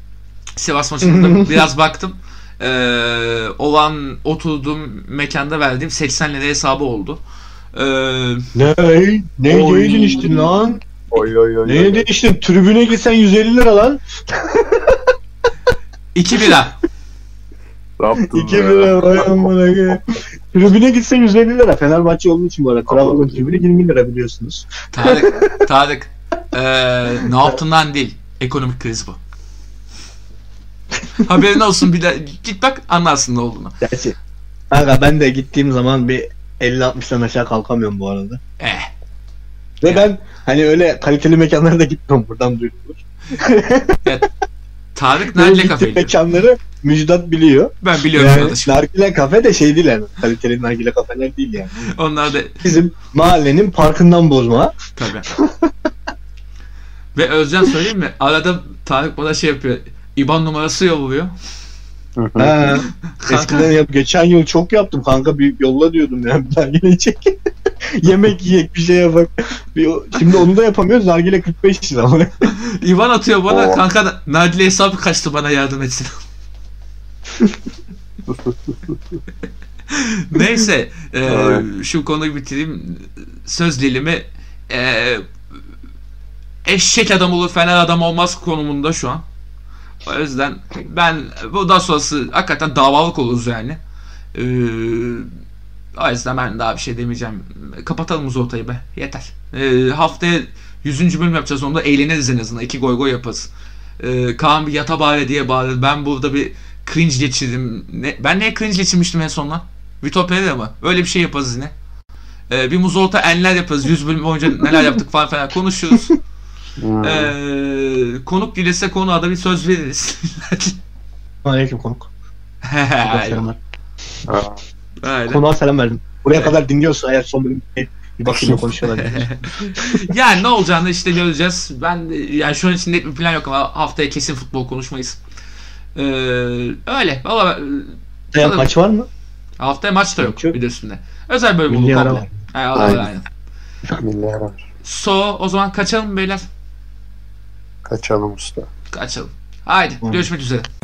Sivas maçında biraz baktım. Ee, olan oturduğum mekanda verdiğim seksen lira hesabı oldu. Ee, Ne? Neye Oy. değiştin lan? Oy oy oy. Neye değiştin? Tribüne gitsen yüz elli lira lan. iki bira. Ne yaptın iki be? lira vay amına koyayım. Tribüne gitsen yüz elli lira. Fenerbahçe olduğu için bu arada. Trabzon tribünü yirmi lira biliyorsunuz. Tarık, Tarık. Ee, ne yaptığından değil. Ekonomik kriz bu. Haberin olsun, bir de git bak anlarsın ne olduğunu. Gerçi. Kanka ben de gittiğim zaman bir elli altmıştan aşağı kalkamıyorum bu arada. Eh. Ve Ya. ben hani öyle kaliteli mekanlara da gitmiyorum, buradan duyulur. Ya, Tarık Benim nargile gittiğim kafeydi. mekanları Müjdat biliyor. Ben biliyorum Yani kardeşim. nargile kafe de şey değil yani. Kaliteli nargile kafeler değil yani. Onlar da Bizim mahallenin parkından bozma. tabii. Ve Özcan söyleyeyim mi? Arada Tarık bana şey yapıyor. İban numarası yolluyor. Ha. Eskiden yap, geçen yıl çok yaptım kanka, bir yolla diyordum ya, bir nargile çek. Yemek yiyek, bir şey yapak. Bir, şimdi onu da yapamıyoruz. Nargile kırk beş lira. İban atıyor bana. Oo. Kanka nargile hesabı kaçtı, bana yardım etsin. Neyse. E, Evet. şu konuyu bitireyim. Söz dilimi e, eşek adam olur, fener adam olmaz konumunda şu an. O yüzden ben bundan sonrası hakikaten davalık oluruz yani. Ee, o yüzden ben daha bir şey demeyeceğim. Kapatalım bu ortayı be. Yeter. Ee, haftaya yüzüncü bölüm yapacağız. Onda eğleniriz en azından. İki goy goy yaparız. Ee, Kaan bir yata bari diye bağırır. Ben burada bir cringe geçirdim. Ne, ben neye cringe geçirmiştim en son lan? Vitor Pereira mı? Öyle bir şey yaparız yine. Ee, bir muzolta enler yaparız. yüz bölüm boyunca neler yaptık falan falan konuşuruz. Hmm. Ee, konuk dilese konuğa da bir söz veririz. Aleyküm konuk. Selamlar. Ha. Öyle. Konuğa selam verdim. Buraya Evet. kadar dinliyorsa eğer son bölüm bir bakayım konuşuyorlar. Yani ne olacağını işte göreceğiz. Ben yani şu an için net bir plan yok ama haftaya kesin futbol konuşmayız. Ee, öyle. Valla Ya, maç var mı? haftaya maç da yok Maç yok. bir de üstünde. Özel bölüm Milli oldu ara komple. var. Ha, o da Aynen. aynen. Milli arar. So o zaman kaçalım beyler. Kaçalım usta. Kaçalım. Haydi Hı. görüşmek üzere.